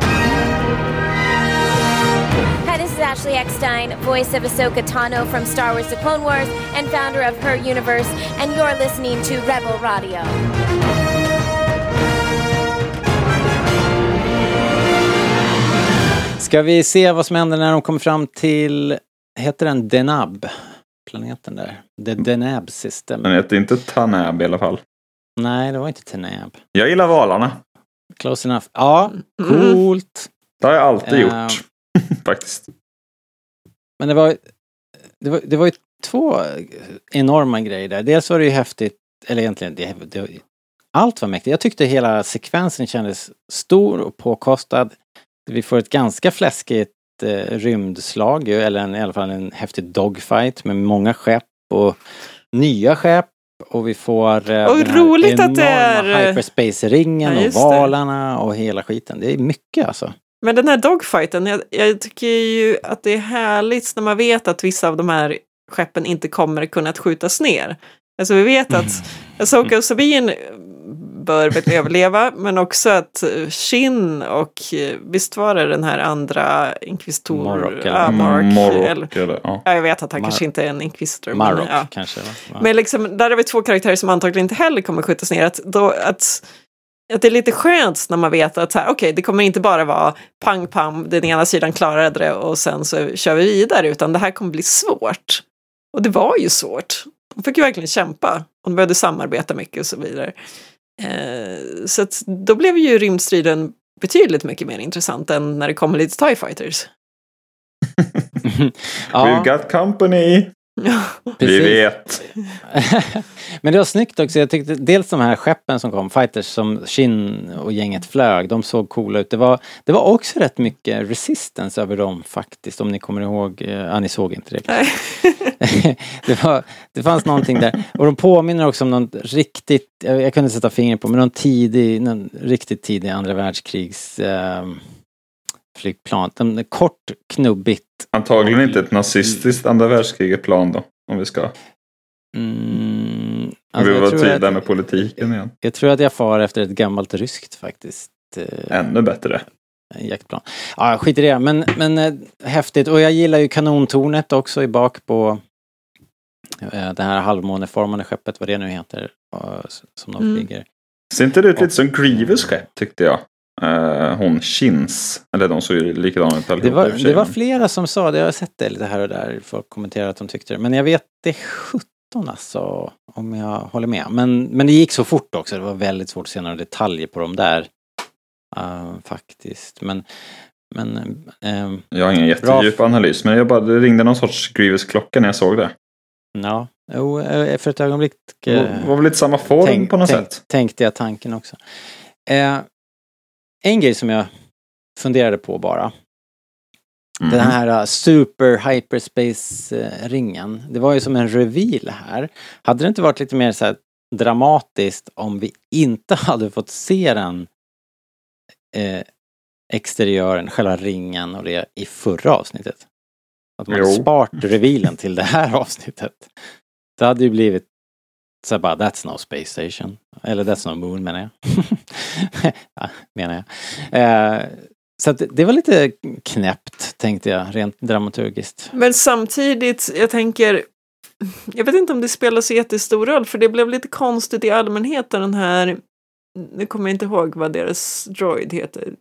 Hi, this is Ashley Eckstein, voice of Ahsoka Tano from Star Wars The Clone Wars and founder of Her Universe, and you're listening to Rebel Radio. Ska vi se vad som händer när de kommer fram till, heter den Denab? Planeten där. The Denab System. Men det heter inte Tanab i alla fall. Nej, det var inte Tenab. Jag gillar valarna. Close enough. Ja, coolt. Det har jag alltid Eh, gjort. Faktiskt. Men det var, det var, det var ju två enorma grejer där. Dels var det ju häftigt, eller egentligen, det, det, allt var mäktigt. Jag tyckte hela sekvensen kändes stor och påkostad. Vi får ett ganska fläskigt eh, rymdslag, ju, eller en, i alla fall en häftig dogfight med många skepp och nya skepp. Och vi får eh, Och den här roligt att det enorma är- hyperspace-ringen Ja, och just det. valarna och hela skiten. Det är mycket alltså. Men den här dogfighten, jag, jag tycker ju att det är härligt när man vet att vissa av de här skeppen inte kommer kunna skjutas ner. Alltså vi vet att Ahsoka och Sabine bör väl överleva, men också att Shin och visst var det den här andra inkvisitor... Morok, eller? Ja, Morok, Morok, eller, eller, ja. ja, jag vet att han Mar- kanske inte är en inkvisitor. Marok men, ja. kanske. Va? Ja. Men liksom, där har vi två karaktärer som antagligen inte heller kommer skjutas ner. Att, då, att, att det är lite skönt när man vet att okej, okay, det kommer inte bara vara pang pang, den ena sidan klarade det och sen så kör vi vidare, utan det här kommer bli svårt. Och det var ju svårt. De fick ju verkligen kämpa och de behövde samarbeta mycket och så vidare. Eh, så att då blev ju rymdstriden betydligt mycket mer intressant än när det kommer lite TIE Fighters. Ja. We've got company. Vi vet. Men det var snyggt också. Jag tyckte dels de här skeppen som kom, fighters som Shin och gänget flög, de såg coola ut. Det var, det var också rätt mycket resistance över dem faktiskt, om ni kommer ihåg. Ja, ni såg inte det. det, var, det fanns någonting där. Och de påminner också om någon riktigt, jag, jag kunde sätta fingret på, men någon tidig, någon riktigt tidig andra världskrigs eh, flygplan. En kort, knubbigt. Antagligen inte ett nazistiskt andra världskriget plan då, om vi ska. Mm, alltså vi var tydliga att, med politiken igen. Jag tror att jag far efter ett gammalt ryskt faktiskt. Ännu bättre. Jaktplan. Ja, skit i det. Men, men äh, häftigt. Och jag gillar ju kanontornet också i bak på äh, det här halvmåneformade skeppet, vad det nu heter, äh, som de mm. flyger. Ser inte det ut lite som Grievous skepp, tyckte jag. Uh, hon Chins. Eller de såg ju likadana ut. Det var, det var flera som sa det. Jag har sett det lite här och där. Folk kommenterar att de tyckte det. Men jag vet det sjutton alltså. Om jag håller med. Men, men det gick så fort också. Det var väldigt svårt att se några detaljer på dem där. Uh, faktiskt. Men... men uh, jag har ingen jättedjup bra... analys. Men jag bara, det ringde någon sorts Grievous-klocka när jag såg det. Ja. Jo, för ett ögonblick... Uh, det var väl lite samma form tänk, på något tänk, sätt. Tänkte jag tanken också. Uh, En grej som jag funderade på bara. Mm. Den här super hyperspace-ringen. Det var ju som en reveal här. Hade det inte varit lite mer så här dramatiskt om vi inte hade fått se den eh, exteriören, själva ringen och det i förra avsnittet? Att man hade sparat revealen till det här avsnittet. Det hade ju blivit så bara, that's no space station. Eller that's no moon, menar jag. ja, menar jag. Eh, så att det var lite knäppt, tänkte jag, rent dramaturgiskt. Men samtidigt, jag tänker, jag vet inte om det spelar så jättestor roll, för det blev lite konstigt i allmänhet den här, nu kommer jag inte ihåg vad deras droid heter.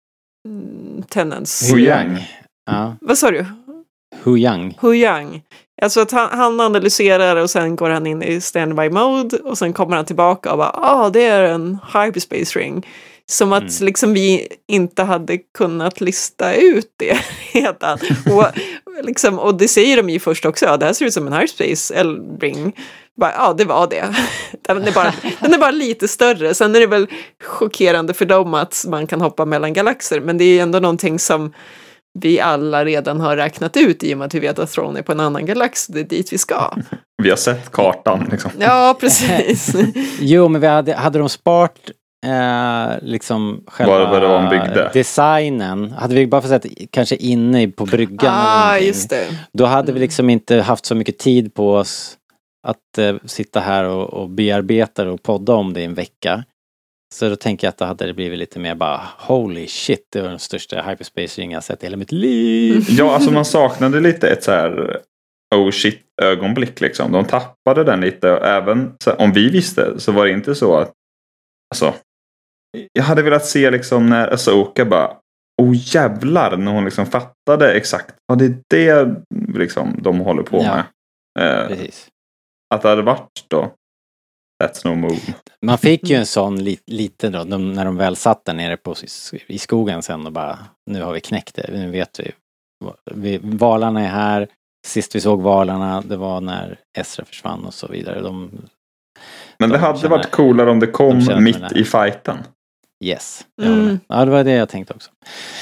Tenants. Huyang. Ja. Vad sa du? Huyang. Huyang. Alltså att han, han analyserar och sen går han in i standby mode och sen kommer han tillbaka och bara, ah, det är en hyperspace ring. Som att mm. liksom vi inte hade kunnat lista ut det redan. och, liksom, och det säger de ju först också, ja, det här ser ut som en hyperspace ring. Bara, ja, det var det. Den är, bara, den är bara lite större. Sen är det väl chockerande för dem att man kan hoppa mellan galaxer, men det är ändå någonting som vi alla redan har räknat ut i och med att vi vet att Throne är på en annan galax. Det är dit vi ska. Vi har sett kartan liksom. Ja, precis. Jo, men vi hade, hade de sparat eh, liksom själva vad det var de byggde. Designen. Hade vi bara fått sett kanske inne på bryggan ah, just det. Då hade vi liksom inte haft så mycket tid på oss att eh, sitta här och, och bearbeta och podda om det i en vecka. Så då tänker jag att det hade blivit lite mer bara, holy shit, det var den största hyperspace-ring jag sett i hela mitt liv. Ja, alltså man saknade lite ett så här oh shit ögonblick liksom. De tappade den lite, och även så här, om vi visste så var det inte så att, alltså, jag hade velat se liksom när Ahsoka bara, oh jävlar, när hon liksom fattade exakt, ja, det är det liksom de håller på ja, med. Eh, precis. Att det hade varit då that's no move. Man fick ju en sån li- lite då, de, när de väl satt där nere på, i skogen sen och bara, nu har vi knäckt det, nu vet vi, vi valarna är här, sist vi såg valarna, det var när Ezra försvann och så vidare. De, Men de det hade känner, varit coolare om det kom de mitt i fighten. Yes, jag håller med. Ja, det var det jag tänkte också.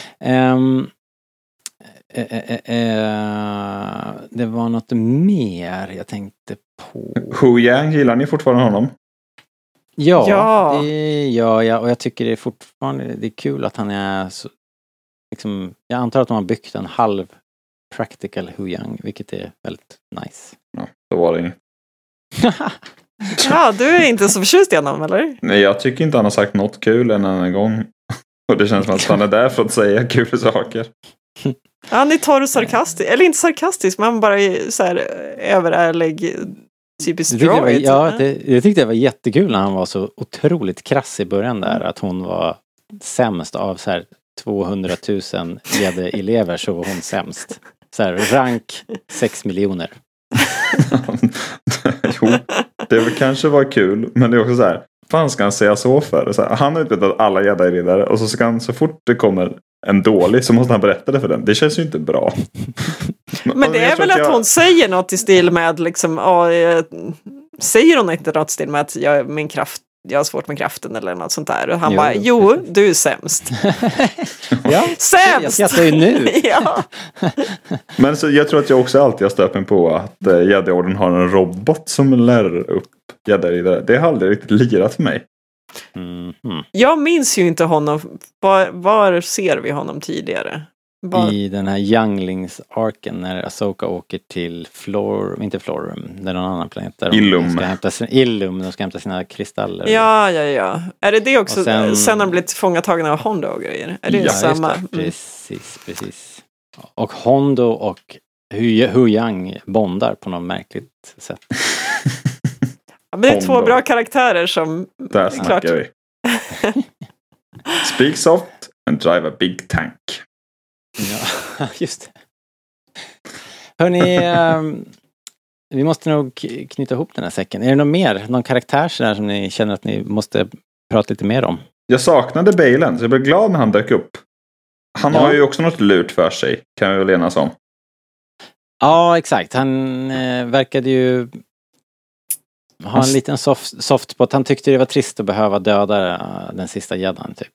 Um, eh, eh, eh, det var något mer jag tänkte på. Huyang, gillar ni fortfarande honom? Ja, ja. Det gör jag, och jag tycker det är fortfarande det är kul att han är så, liksom, jag antar att de har byggt en halv practical Huyang, vilket är väldigt nice. Ja, då var det inget. Ja, du är inte så förtjust i honom, eller? Nej, jag tycker inte han har sagt något kul en annan gång. Och det känns som att han är där för att säga kul saker. Han är torr och sarkastisk. Eller inte sarkastisk, men bara så här överärlig, typiskt droid. Ja, det, jag tyckte det var jättekul när han var så otroligt krass i början där. Att hon var sämst av så här tvåhundratusen elever, så var hon sämst. Så här, rank sex miljoner. Jo, det väl kanske var kul, men det är också så här, fan ska han säga så för? Så här, han har utbildat alla jedi-riddare och så ska han, så fort det kommer en dålig så måste han berätta det för den. Det känns ju inte bra. Men det är väl att jag... hon säger något i stil med liksom, åh, jag... säger hon inte något i stil med att jag, min kraft, jag har svårt med kraften eller något sånt där. Och han jo, bara, jo, du är sämst. Ja, sämst! Jag skrattar ju nu. Ja. Men så, jag tror att jag också alltid har stöpen på att äh, Jedi-orden har en robot som lär upp Jedi. Det, det har aldrig riktigt lirat för mig. Mm, mm. Jag minns ju inte honom. Var, var ser vi honom tidigare? Var... I den här Younglings-arken när Ahsoka åker till Flor, inte Florum, det är någon annan planet där Illum. De ska hämta sin, Illum, de ska hämta sina kristaller. Ja, ja, ja. Är det det också? Sen, sen har de blivit fångatagna av Hondo och grejer. Är det ja, samma? Just det. Precis, precis. Och Hondo och Hu, Hu Yang bondar på något märkligt sätt. Ja, men det är Hondo. Två bra karaktärer som... Där snackar vi. Speak soft and drive a big tank. Ja, just det. Hörrni, eh, vi måste nog knyta ihop den här säcken. Är det något mer? Någon karaktär där som ni känner att ni måste prata lite mer om? Jag saknade Baylan, så jag blev glad när han dök upp. Han ja. har ju också något lurt för sig, kan vi väl enas om. Ja, exakt. Han eh, verkade ju ha en liten soft, soft spot. Han tyckte det var trist att behöva döda uh, den sista gäddan, typ.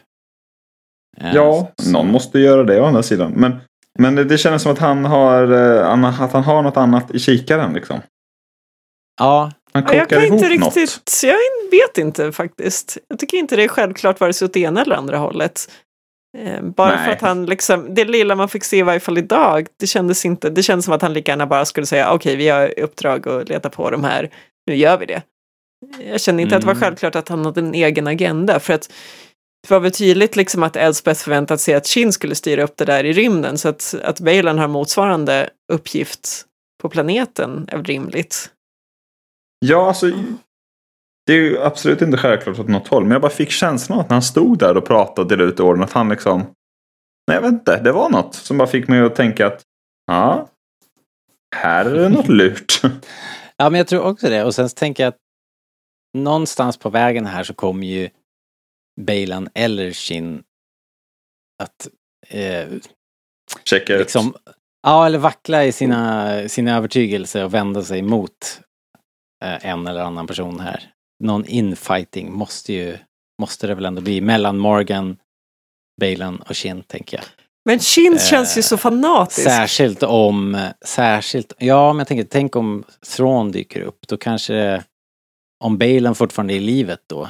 Ja, så. Någon måste göra det å andra sidan. Men, men det, det känns som att han har att han har något annat i kikaren liksom. Ja. Han kokar jag kan ihop inte något. riktigt, jag vet inte faktiskt. Jag tycker inte det är självklart vare sig åt ena eller andra hållet. Eh, bara Nej. för att han liksom, det lilla man fick se i varje fall idag, det kändes inte, det kändes som att han lika gärna bara skulle säga okej, okay, vi har uppdrag att leta på de här, nu gör vi det. Jag kände inte mm. att det var självklart att han hade en egen agenda, för att det var väl tydligt liksom att Elspeth förväntat sig att Shin skulle styra upp det där i rymden, så att, att Baylan har motsvarande uppgift på planeten är rimligt. Ja, alltså det är ju absolut inte självklart åt något håll, men jag bara fick känslan att när han stod där och pratade och delade ut orden att han liksom, nej jag vet inte, det var något som bara fick mig att tänka att ja, här är det något lurt. Ja, men jag tror också det, och sen tänker jag att någonstans på vägen här så kommer ju Baylan eller Shin att eh, checka liksom, ut. Ja, eller vackla i sina, sina övertygelser och vända sig mot eh, en eller annan person här. Någon infighting måste ju måste det väl ändå bli mellan Morgan, Baylan och Shin, tänker jag. Men Shin eh, känns ju så fanatisk. Särskilt om särskilt, ja, men jag tänker, tänk om Thrawn dyker upp, då kanske om Baylan fortfarande är i livet då,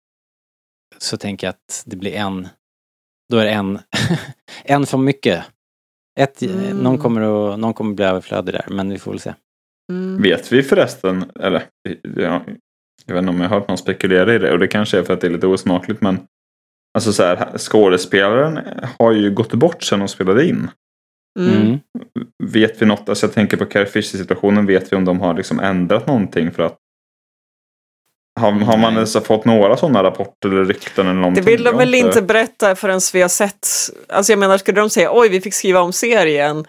så tänker jag att det blir en, då är det en en för mycket. Ett, mm. någon kommer att, någon kommer att bli överflödig där, men vi får väl se. Mm. Vet vi förresten, eller ja, jag vet inte om jag har hört någon spekulera i det, och det kanske är för att det är lite osmakligt, men alltså så här, skådespelaren har ju gått bort sedan de spelade in. Mm. Vet vi något, alltså jag tänker på Carrie Fisher-situationen, vet vi om de har liksom ändrat någonting för att Har, har man alltså fått några sådana rapporter eller rykten eller någonting? Det vill de väl inte... inte berätta förrän vi har sett. Alltså jag menar, skulle de säga oj, vi fick skriva om serien.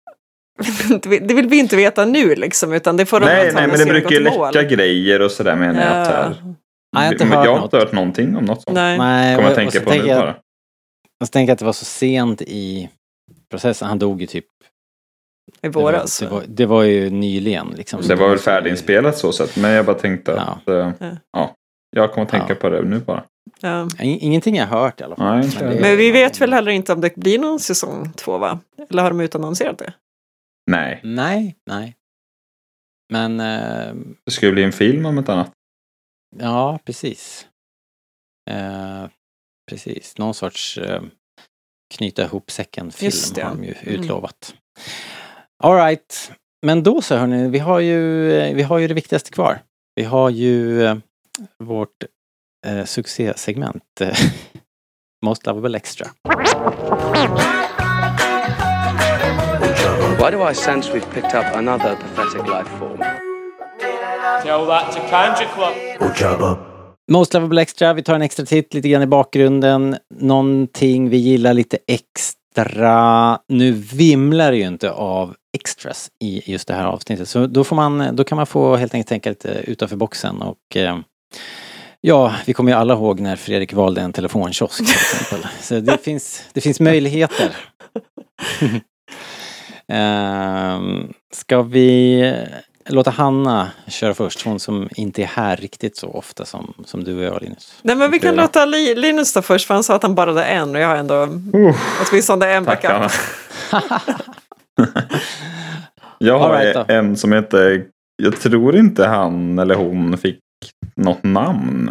Det vill vi inte veta nu liksom, utan det får de Nej, nej, men det brukar ju läcka grejer och sådär, menar jag. Att här, nej, jag har inte men hört jag har något. inte hört någonting om något sånt. Nej. Kommer jag tänka på nu jag, bara. Jag tänker att det var så sent i processen. Han dog ju typ i våras. Det var, det var, det var ju nyligen liksom. Det var väl färdiginspelat så sätt, men jag bara tänkte ja. att äh, ja. Jag kommer att tänka ja. på det nu bara. Ja. Ingenting jag har hört i alla fall. Nej, men, men vi vet väl heller inte om det blir någon säsong två, va? Eller har de utannonserat det? Nej. Nej, nej. Men eh, det skulle bli en film om ett annat. Ja, precis. Eh, precis. Någon sorts eh, knyta ihop säcken film det, ja. har de ju utlovat. Mm. All right. Men då så hörni, vi har ju vi har ju det viktigaste kvar. Vi har ju eh, vårt eh, succésegment eh, Most Lovable Extra. Why do I sense we've picked up another pathetic life form? Tell that to Kanja Club. Most Lovable Extra, vi tar en extra titt lite grann i bakgrunden. Någonting vi gillar lite extra. Nu vimlar det ju inte av extras i just det här avsnittet. Så då, får man, då kan man få helt enkelt tänka lite utanför boxen och eh, Ja, vi kommer ju alla ihåg när Fredrik valde en telefonkiosk till exempel. Så det finns, det finns möjligheter. uh, ska vi låta Hanna köra först? Hon som inte är här riktigt så ofta som, som du och jag, Linus. Nej, men vi kan Okay. låta Li- Linus ta först, för han sa att han bara hade en och jag har ändå Uh, åtminstone en tack, backup. Jag har All right, en som heter, jag tror inte han eller hon fick något namn.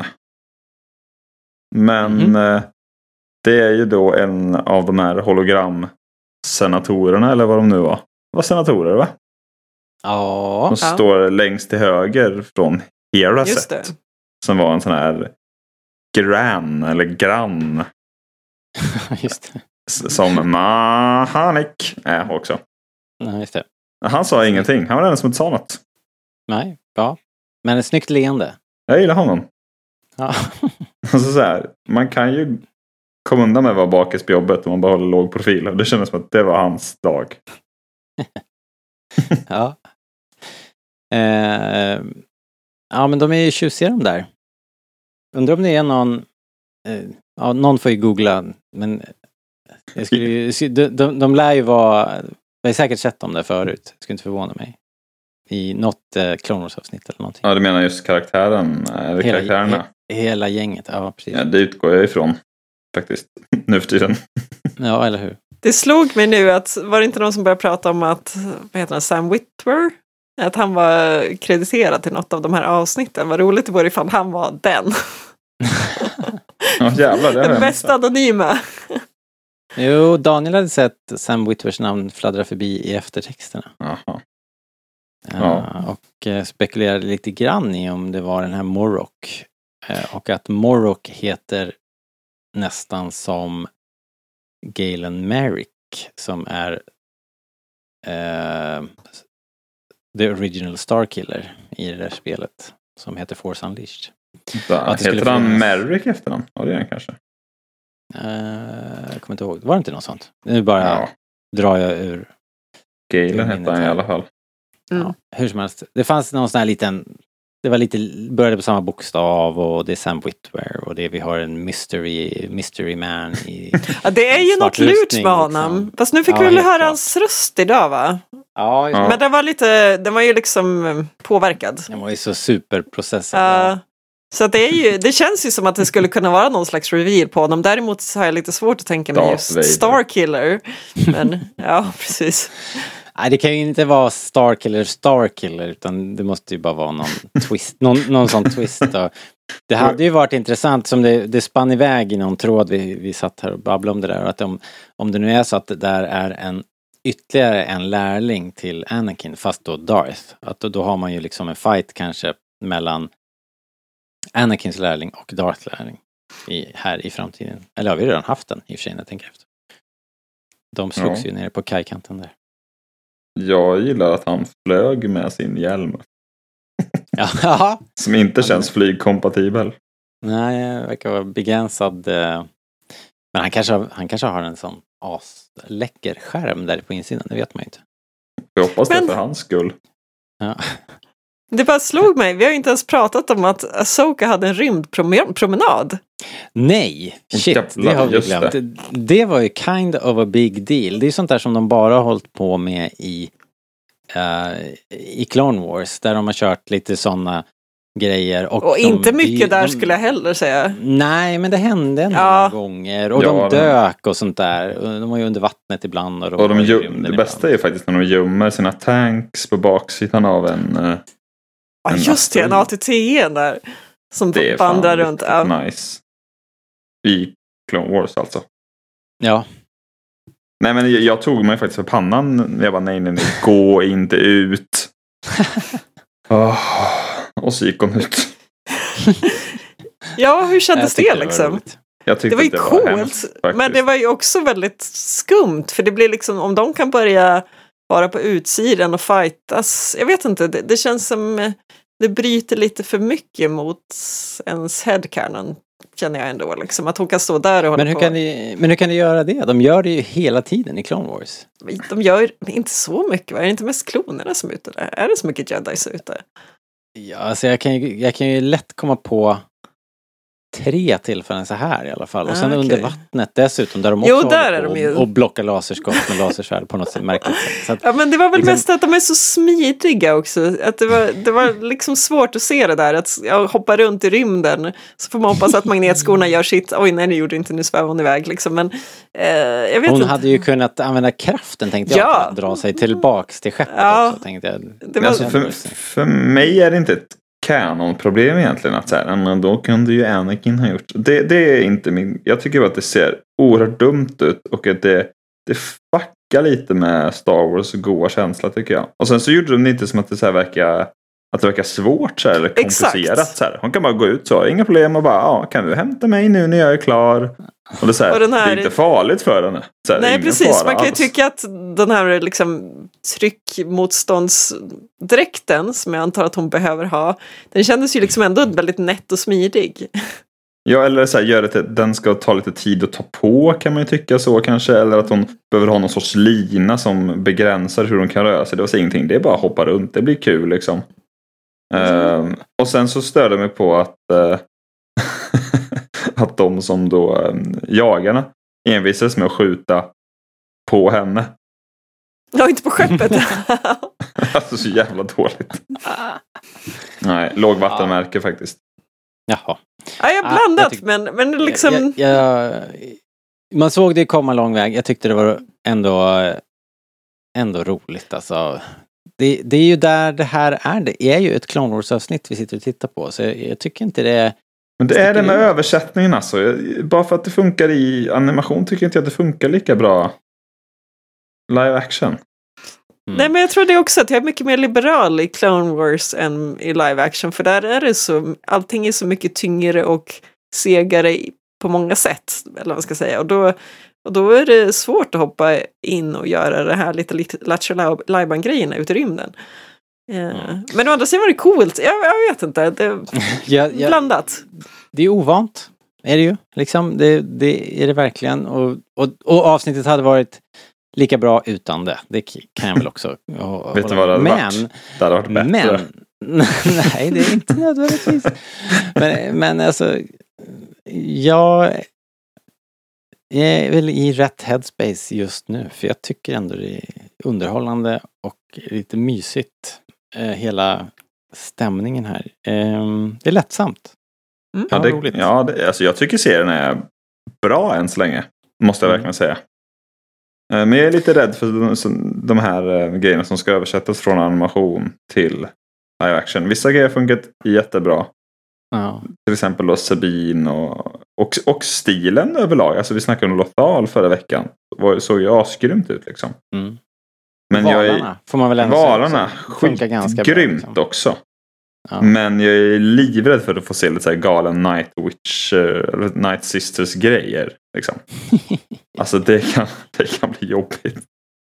Men Mhm. eh, det är ju då en av de här hologramsenatorerna, eller vad de nu var. Det var senatorer, va? Ja. Som Ja. står längst till höger från Just det. Heraset. Som var en sån här gran, eller grann. Just det. s- Som Mahanik är också. Nej, just det. Han sa ingenting. Han var den som inte sa något. Nej, ja. Men ett snyggt leende. Jag gillar honom. Ja. Alltså så här, man kan ju komma undan med att vara bakis på jobbet om man bara håller låg profil. Det kändes som att det var hans dag. Ja. Eh, ja, men de är ju tjusiga de där. Undrar om det är någon... Eh, ja, någon får ju googla. Men jag skulle ju, de, de, de lär ju vara... Jag har säkert sett dem där förut. Jag skulle inte förvåna mig. I något eh, Clone Wars-avsnitt eller någonting. Ja, du menar just karaktären, eller Hela- karaktärerna. he, hela gänget, ja precis. Ja, det utgår jag ifrån. Faktiskt. Nu för tiden. Ja, eller hur? Det slog mig nu att, var det inte någon som började prata om att, vad heter han, Sam Witwer? Att han var krediterad till något av de här avsnitten. Vad roligt det vore ifall han var den. Ja, jävlar. Det har Den jag mest missat. anonyma. Jo, Daniel hade sett Sam Witwers namn fladdra förbi i eftertexterna. Jaha. Uh, och uh, spekulerade lite grann i om det var den här Morrock. Uh, och att Morrock heter nästan som Galen Merrick, som är uh, the original Starkiller i det där spelet, som heter Force Unleashed. Da, Att det skulle heter han finnas- Merrick efter honom? Ja, det är han kanske. Uh, jag kommer inte ihåg. Var det inte något sånt? Nu bara Ja. drar jag ur. Galen minnet hette han i här. alla fall. Mm. Ja, hur som helst. Det fanns någon sån här liten... Det var lite... Började på samma bokstav och det är Sam Witwer och det vi har en mystery, mystery man i... Ja, det är ju svart något lurt rustning, med honom. liksom. Fast nu fick Ja, vi väl helt höra klart. hans röst idag, va? Ja, just det. Ja. Men den var lite, den var ju liksom eh, påverkad. Den var ju så superprocessad. Uh, så att det, är ju, det känns ju som att det skulle kunna vara någon slags reveal på honom. Däremot så har jag lite svårt att tänka mig Darth just Vader. Starkiller. Men ja, precis. Nej, det kan ju inte vara Starkiller Starkiller, utan det måste ju bara vara någon twist, någon, någon sån twist då. Det hade ju varit intressant, som det, det spann iväg i någon tråd, vi, vi satt här och babblade om det där, att om, om det nu är så att det där är en ytterligare en lärling till Anakin, fast då Darth, att då, då har man ju liksom en fight kanske mellan Anakins lärling och Darth lärling i, här i framtiden. Eller har vi redan haft den i och för sig när jag tänker efter. De slogs Ja. ju nere på kajkanten där. Jag gillar att han flög med sin hjälm. Ja, Som inte känns flygkompatibel. nej, det verkar vara begränsad. eh, Men han kanske, har- han kanske har en sån asläcker skärm där på insidan, det vet man ju inte. Jag hoppas Men- det för hans skull. Ja. Det bara slog mig, vi har ju inte ens pratat om att Ahsoka hade en rymdpromenad. Nej, shit, Jävlar, det har vi just glömt. Det. det var ju kind of a big deal. Det är sånt där som de bara har hållit på med i, eh, i Clone Wars, där de har kört lite såna grejer. Och, Och de, inte mycket de, där de, skulle jag heller säga. Nej, men det hände en Ja. ja. gånger. Och Ja, de de- dök och sånt där. Och de var ju under vattnet ibland. Och de, Och de var i gö- rymden det ibland. bästa är ju faktiskt när de gömmer sina tanks på baksidan av en... eh, Ja, En just det, en asteroid. A T T en där. Som Det är fan vandrar runt. riktigt Ja. nice. I Clone Wars alltså. Ja, Nej, men jag, jag tog mig faktiskt för pannan när jag bara nej, nej, nej, gå inte ut. Åh, och så gick hon ut. ja, hur kändes jag tyckte det var liksom? roligt. Jag tyckte Det var ju att coolt, hemskt, faktiskt. men det var ju också väldigt skumt. För det blir liksom, om de kan börja vara på utsidan och fightas. Jag vet inte, det, det känns som eh, det bryter lite för mycket mot ens headcanon. Känner jag ändå, liksom. Att hon kan stå där och hålla Men hur, på. kan de, men hur kan de göra det? De gör det ju hela tiden i Clone Wars. De gör inte så mycket, va? Är det inte mest klonerna som är ute där? Är det så mycket jedis ute? Ja, alltså jag kan ju, jag kan ju lätt komma på tre tillfällen så här i alla fall. Och Ah, sen okay. under vattnet dessutom, där de också Jo, där är på de ju. och, och blockar laserskott med lasersvärd på något sätt märkligt sätt. Så att, Ja, men det var väl liksom, mest att de är så smidiga också. Att det var, det var liksom svårt att se det där. Att jag hoppar runt i rymden. Så får man hoppas att magnetskorna gör sitt. Oj, nej, det gjorde inte. Nu svävar hon iväg. Liksom. Men eh, jag vet hon inte. hade ju kunnat använda kraften, tänkte jag, Ja. för att dra sig tillbaks till skeppet Ja. också, tänkte jag. Det var... Alltså för, för mig är det inte ett kanonproblem egentligen att så här, men då kunde ju Anakin ha gjort. Det, det är inte min, jag tycker bara att det ser oerhört dumt ut och att det, det fuckar lite med Star Wars goda känsla, tycker jag. Och sen så gjorde de det inte som att det så här verkar, att det verkar svårt så här, eller komplicerat så här. Hon kan bara gå ut så, inga problem, och bara, ja, kan du hämta mig nu när jag är klar? Och det är, så här, Och den här- det är inte farligt för henne. Så här, Nej, ingen precis. fara Man kan ju alls. tycka att den här liksom, tryckmotståndsdräkten som jag antar att hon behöver ha, den kändes ju liksom ändå väldigt nätt och smidig. Ja, eller så här, gör det till, den ska ta lite tid att ta på, kan man ju tycka så kanske. Eller att hon behöver ha någon sorts lina som begränsar hur hon kan röra sig. Det var så ingenting, det är bara att hoppa runt, det blir kul liksom. Mm. Uh, och sen så störde mig på att uh, att de som då um, jagarna envisades med att skjuta på henne. Ja, inte på skeppet. Alltså så jävla dåligt. Nej, lågvattenmärke faktiskt. Jaha. Ja, jag har blandat, ah, men, men liksom... Jag, jag, man såg det komma lång väg. Jag tyckte det var ändå ändå roligt. Alltså. Det, det är ju där det här är. Det är ju ett Clone Wars-avsnitt vi sitter och tittar på. Så jag, jag tycker inte det är... Men det är det med översättningen alltså. Jag, bara för att det funkar i animation tycker jag inte att det funkar lika bra live action. Mm. Nej, men jag tror det också att jag är mycket mer liberal i Clone Wars än i live action. För där är det så, allting är så mycket tyngre och segare på många sätt. Eller vad man ska säga. Och då, och då är det svårt att hoppa in och göra det här lite, lite Lattjo Lajban-grejerna ut i rymden. Mm. Men å andra sidan var det coolt. Jag, jag vet inte. Det är ja, ja, blandat. Det är ovant. Är det ju. Liksom, det, det är det verkligen. Och, och, och avsnittet hade varit lika bra utan det. Det kan jag väl också. Och, vet du vad det hade men, varit? Det hade varit bättre. Men, nej, det är inte nödvändigtvis. men, men alltså, jag är väl i rätt headspace just nu. För jag tycker ändå det är underhållande och lite mysigt. Eh, hela stämningen här. Eh, det är lättsamt. Mm. Ja, det, ja det, alltså jag tycker serien är bra än så länge. Måste jag mm. verkligen säga. Men jag är lite rädd för de här grejerna som ska översättas från animation till live action. Vissa grejer har funkat jättebra. Ja. Till exempel då Sabine och, och, och stilen överlag. Alltså vi snackade om Lothal förra veckan. Det såg ju asgrymt ut liksom. Mm. Men valarna jag är, får man väl ändå valarna funkar ganska bra. Grymt liksom. också. Ja. Men jag är livrädd för att få se lite så här galen Night Witch eller Night Sisters grejer liksom. Alltså det kan, det kan bli jobbigt.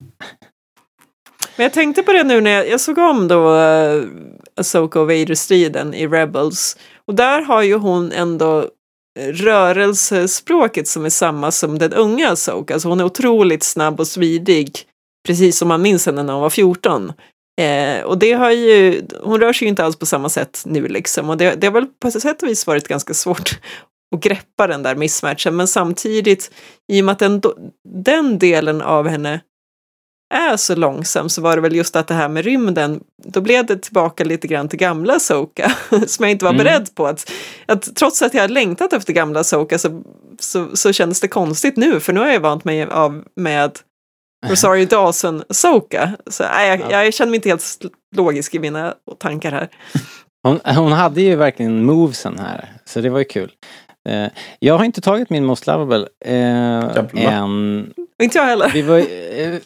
Men jag tänkte på det nu när jag, jag såg om då uh, Ahsoka och Vader-striden i Rebels. Och där har ju hon ändå rörelsespråket som är samma som den unga Ahsoka. Alltså hon är otroligt snabb och smidig. Precis som man minns henne när hon var fjorton. Eh, och det har ju, hon rör sig ju inte alls på samma sätt nu liksom. Och det, det har väl på sätt och vis varit ganska svårt att greppa den där missmatchen. Men samtidigt, i och med att den, den delen av henne är så långsam, så var det väl just att det här med rymden, då blev det tillbaka lite grann till gamla Ahsoka som jag inte var mm. beredd på. Att, att trots att jag hade längtat efter gamla Ahsoka så, så, så kändes det konstigt nu. För nu har jag vant mig av med Rosario Dawson Ahsoka. Så nej, jag, jag känner mig inte helt logisk i mina tankar här. Hon, hon hade ju verkligen movesen här. Så det var ju kul. Uh, jag har inte tagit min Most Lovable uh, än. Inte jag heller. Vi var, uh,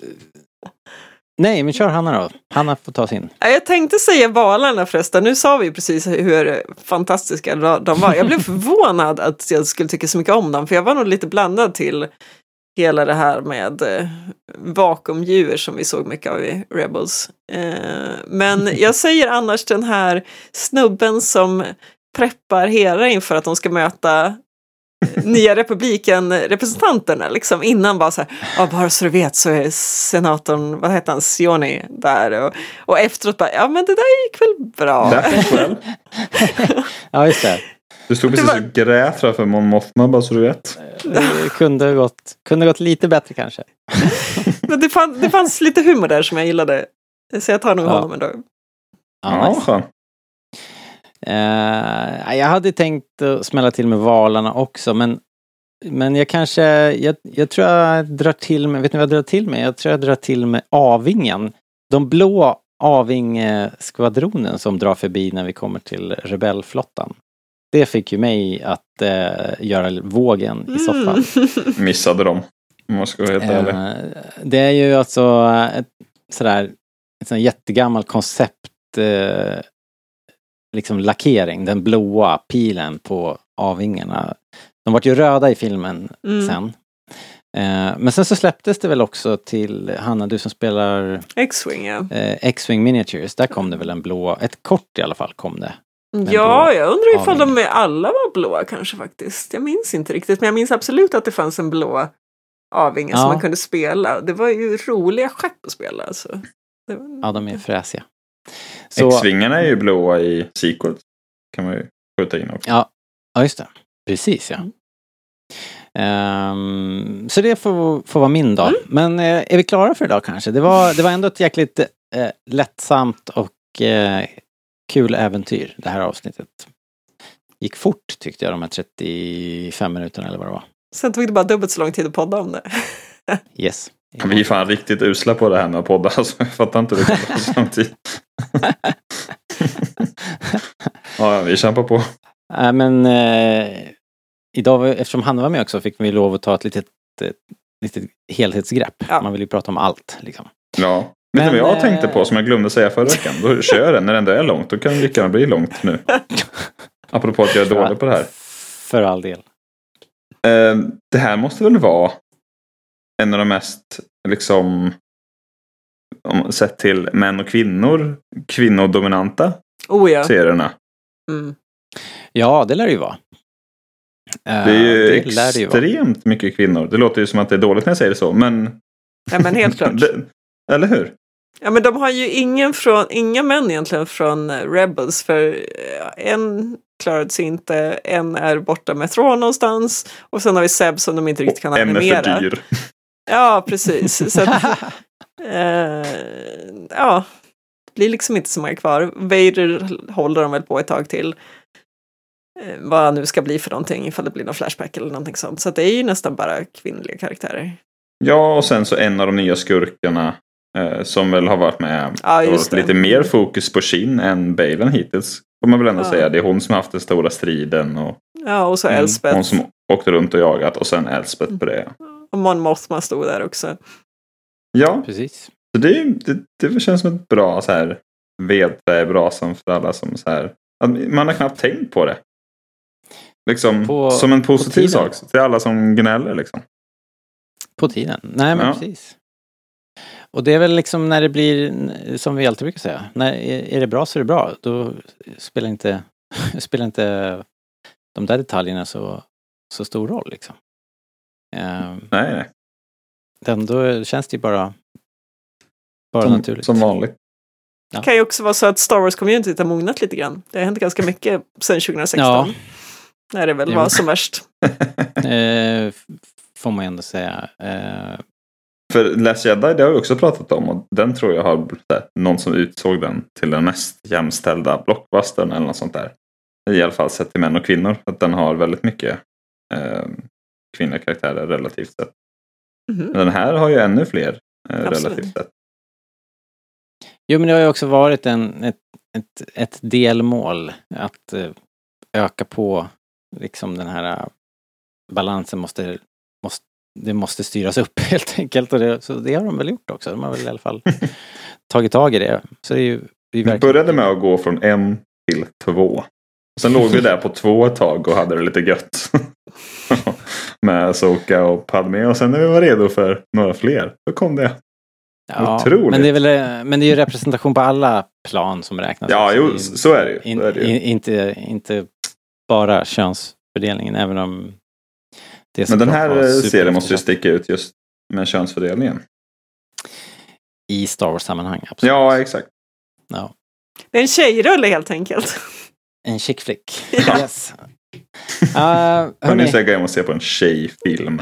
nej, men kör Hanna då. Hanna får ta sin. Jag tänkte säga valarna förresten. Nu sa vi precis hur fantastiska de var. Jag blev förvånad att jag skulle tycka så mycket om dem. För jag var nog lite blandad till hela det här med eh, vakuumdjur som vi såg mycket av i Rebels. Eh, men jag säger annars den här snubben som preppar Hera inför att de ska möta nya republiken-representanterna. Liksom innan bara så här, ja, bara så du vet så är senatorn, vad heter han, Sioni där. Och, och efteråt bara, ja men det där gick väl bra. Ja, just det. Du stod precis och grät för Mon Mothma, bara så du vet. Det kunde gått, kunde gått lite bättre kanske. Men det, fann, det fanns lite humor där som jag gillade. Så jag tar nog ja. honom ändå. Ja, nice. uh, jag hade tänkt att smälla till med valarna också, men men jag kanske, jag, jag tror jag drar till med, vet ni vad jag drar till med? Jag tror jag drar till med Avingen. De blå Aving-skvadronen som drar förbi när vi kommer till rebellflottan. Det fick ju mig att eh, göra vågen i soffan. Mm. Missade dem, om man ska vara helt ärlig. Eh, det är ju alltså ett sådär, ett sådär jättegammalt koncept eh, liksom lackering, den blåa pilen på Avingarna. De var ju röda i filmen mm. sen. Eh, men sen så släpptes det väl också till Hanna, du som spelar X-Wing, ja. Eh, X-Wing Miniatures. Där kom det väl en blå, ett kort i alla fall kom det. Ja, jag undrar ifall Aving. De alla var blåa kanske faktiskt. Jag minns inte riktigt, men jag minns absolut att det fanns en blå Avinge ja. Som man kunde spela. Det var ju roliga skepp att spela. Alltså. Det var... Ja, de är fräsiga. Så... X-vingarna är ju blåa i sequels. Kan man ju skjuta in också. Ja, ja just det. Precis, ja. Mm. Um, så det får, får vara min dag. Mm. Men eh, är vi klara för idag kanske? Det var, det var ändå ett jäkligt eh, lättsamt och eh, kul äventyr det här avsnittet. Gick fort tyckte jag, de här trettiofem minuterna eller vad det var. Sen tog det bara dubbelt så lång tid att podda om det. Yes. Vi är fan riktigt usla på det här med att podda. Alltså, jag fattar inte hur det kan så lång tid. Ja, vi kämpar på. Äh, men eh, idag, eftersom Hanna var med också, fick vi lov att ta ett litet, ett, litet helhetsgrepp. Ja. Man vill ju prata om allt liksom. Ja. Men, vet du vad jag tänkte på som jag glömde säga förra veckan? Då kör den när det ändå är långt. Då kan det lika gärna bli långt nu. Apropå att jag är dålig på det här. För all del. Eh, det här måste väl vara en av de mest liksom om, sett till män och kvinnor kvinnodominanta oh, ja. serierna. Mm. Ja, det lär det ju vara. Det är ju det extremt vara. mycket kvinnor. Det låter ju som att det är dåligt när jag säger det så, men ja, men helt klart. det, eller hur? Ja, men de har ju ingen från, inga män egentligen från Rebels, för en klarade sig inte, en är borta med Thrawn någonstans, och sen har vi Seb som de inte riktigt kan en animera. En är för dyr. Ja, precis. Så att, eh, ja, det blir liksom inte så många kvar. Vader håller de väl på ett tag till. Eh, vad han nu ska bli för någonting, ifall det blir någon flashback eller någonting sånt. Så att det är ju nästan bara kvinnliga karaktärer. Ja, och sen så en av de nya skurkarna eh, som väl har varit med ja, och lite mer fokus på Shin än Baylan hittills. Får man väl ändå ja. säga. Det är hon som har haft den stora striden. Och, ja, och så Elspeth. Hon som åkte runt och jagat och sen Elspeth på det. Och Mon Mothma stod där också. Ja, precis. Så det, det, det känns som ett bra så här vedträbrasan för alla som så här. Man har knappt tänkt på det. Liksom på, som en positiv sak till alla som gnäller liksom. På tiden. Nej, men ja. precis. Och det är väl liksom när det blir, som vi alltid brukar säga, när är det bra så är det bra. Då spelar inte, spelar inte de där detaljerna så, så stor roll liksom. Um, nej, nej. Den, då känns det ju bara, bara som, naturligt. Som vanligt. Ja. Det kan ju också vara så att Star Wars-communityt har mognat lite grann. Det har hänt ganska mycket sedan tjugohundrasexton. Ja. När det väl jo. var som värst. eh, får man ändå säga. Eh. För Last Jedi, det har vi också pratat om. Och den tror jag har någon som utsåg den till den mest jämställda blockbustern eller något sånt där. I alla fall sett till män och kvinnor. Att den har väldigt mycket eh, kvinnliga karaktärer relativt sett. Mm-hmm. Men den här har ju ännu fler eh, relativt sett. Jo, men det har ju också varit en, ett, ett, ett delmål att eh, öka på liksom den här balansen måste, måste det måste styras upp helt enkelt, och det, så det har de väl gjort också. De har väl i alla fall tagit tag i det. Så det är ju vi började med att gå från en till två. Sen låg vi där på två ett tag och hade det lite gött. Med Ahsoka och Padme, och sen när vi var redo för några fler, då kom det. Ja, otroligt. Men det är väl, men det är ju representation på alla plan som räknas. Ja, jo, så är det ju. In, så är det ju. In, inte, inte bara könsfördelningen, även om det. Men den här serien måste ju sticka ut just med könsfördelningen. I Star Wars-sammanhang, absolut. Ja, exakt. Ja. Det är en tjejrulle helt enkelt. En chick flick. Yes. Uh, Hörni, så jag måste se på en tjejfilm.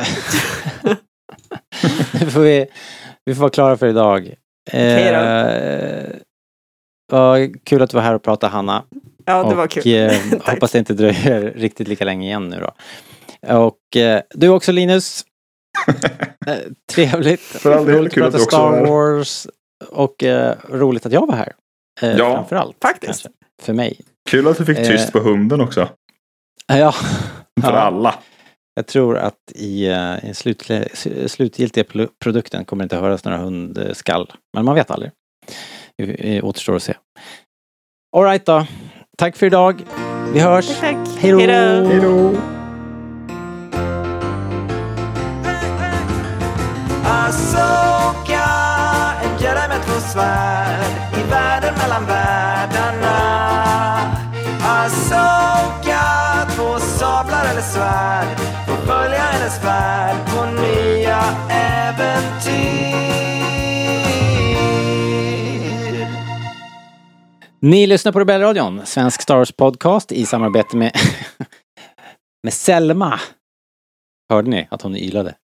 Nu får vi, vi får vara klara för idag. Okej då. Uh, vad kul att du var här och pratade, Hanna. Ja, det och, var kul. Uh, hoppas det inte dröjer riktigt lika länge igen nu då. Och uh, du också, Linus. uh, trevligt. För all del, roligt kul att prata att du också Star var här. Wars. Och uh, roligt att jag var här. Uh, Ja, framförallt. faktiskt. Kanske, för mig. Kul att du fick tyst Uh, på hunden också. Ja. För ja. alla. Jag tror att i, uh, i slut, slutgiltiga pl- produkten kommer inte höras några hundskall. Men man vet aldrig. Det, det återstår att se. All right då. Tack för idag. Vi hörs. Tack, tack. Hej då. Hej då. Ahsoka, en jedi med två svärd i världen mellan världarna. Ahsoka, två sablar eller svärd, får följa hennes färd på nya äventyr. Ni lyssnar på Rebellradion, svensk Star Wars podcast i samarbete med med Selma. Hörde ni att hon ylade?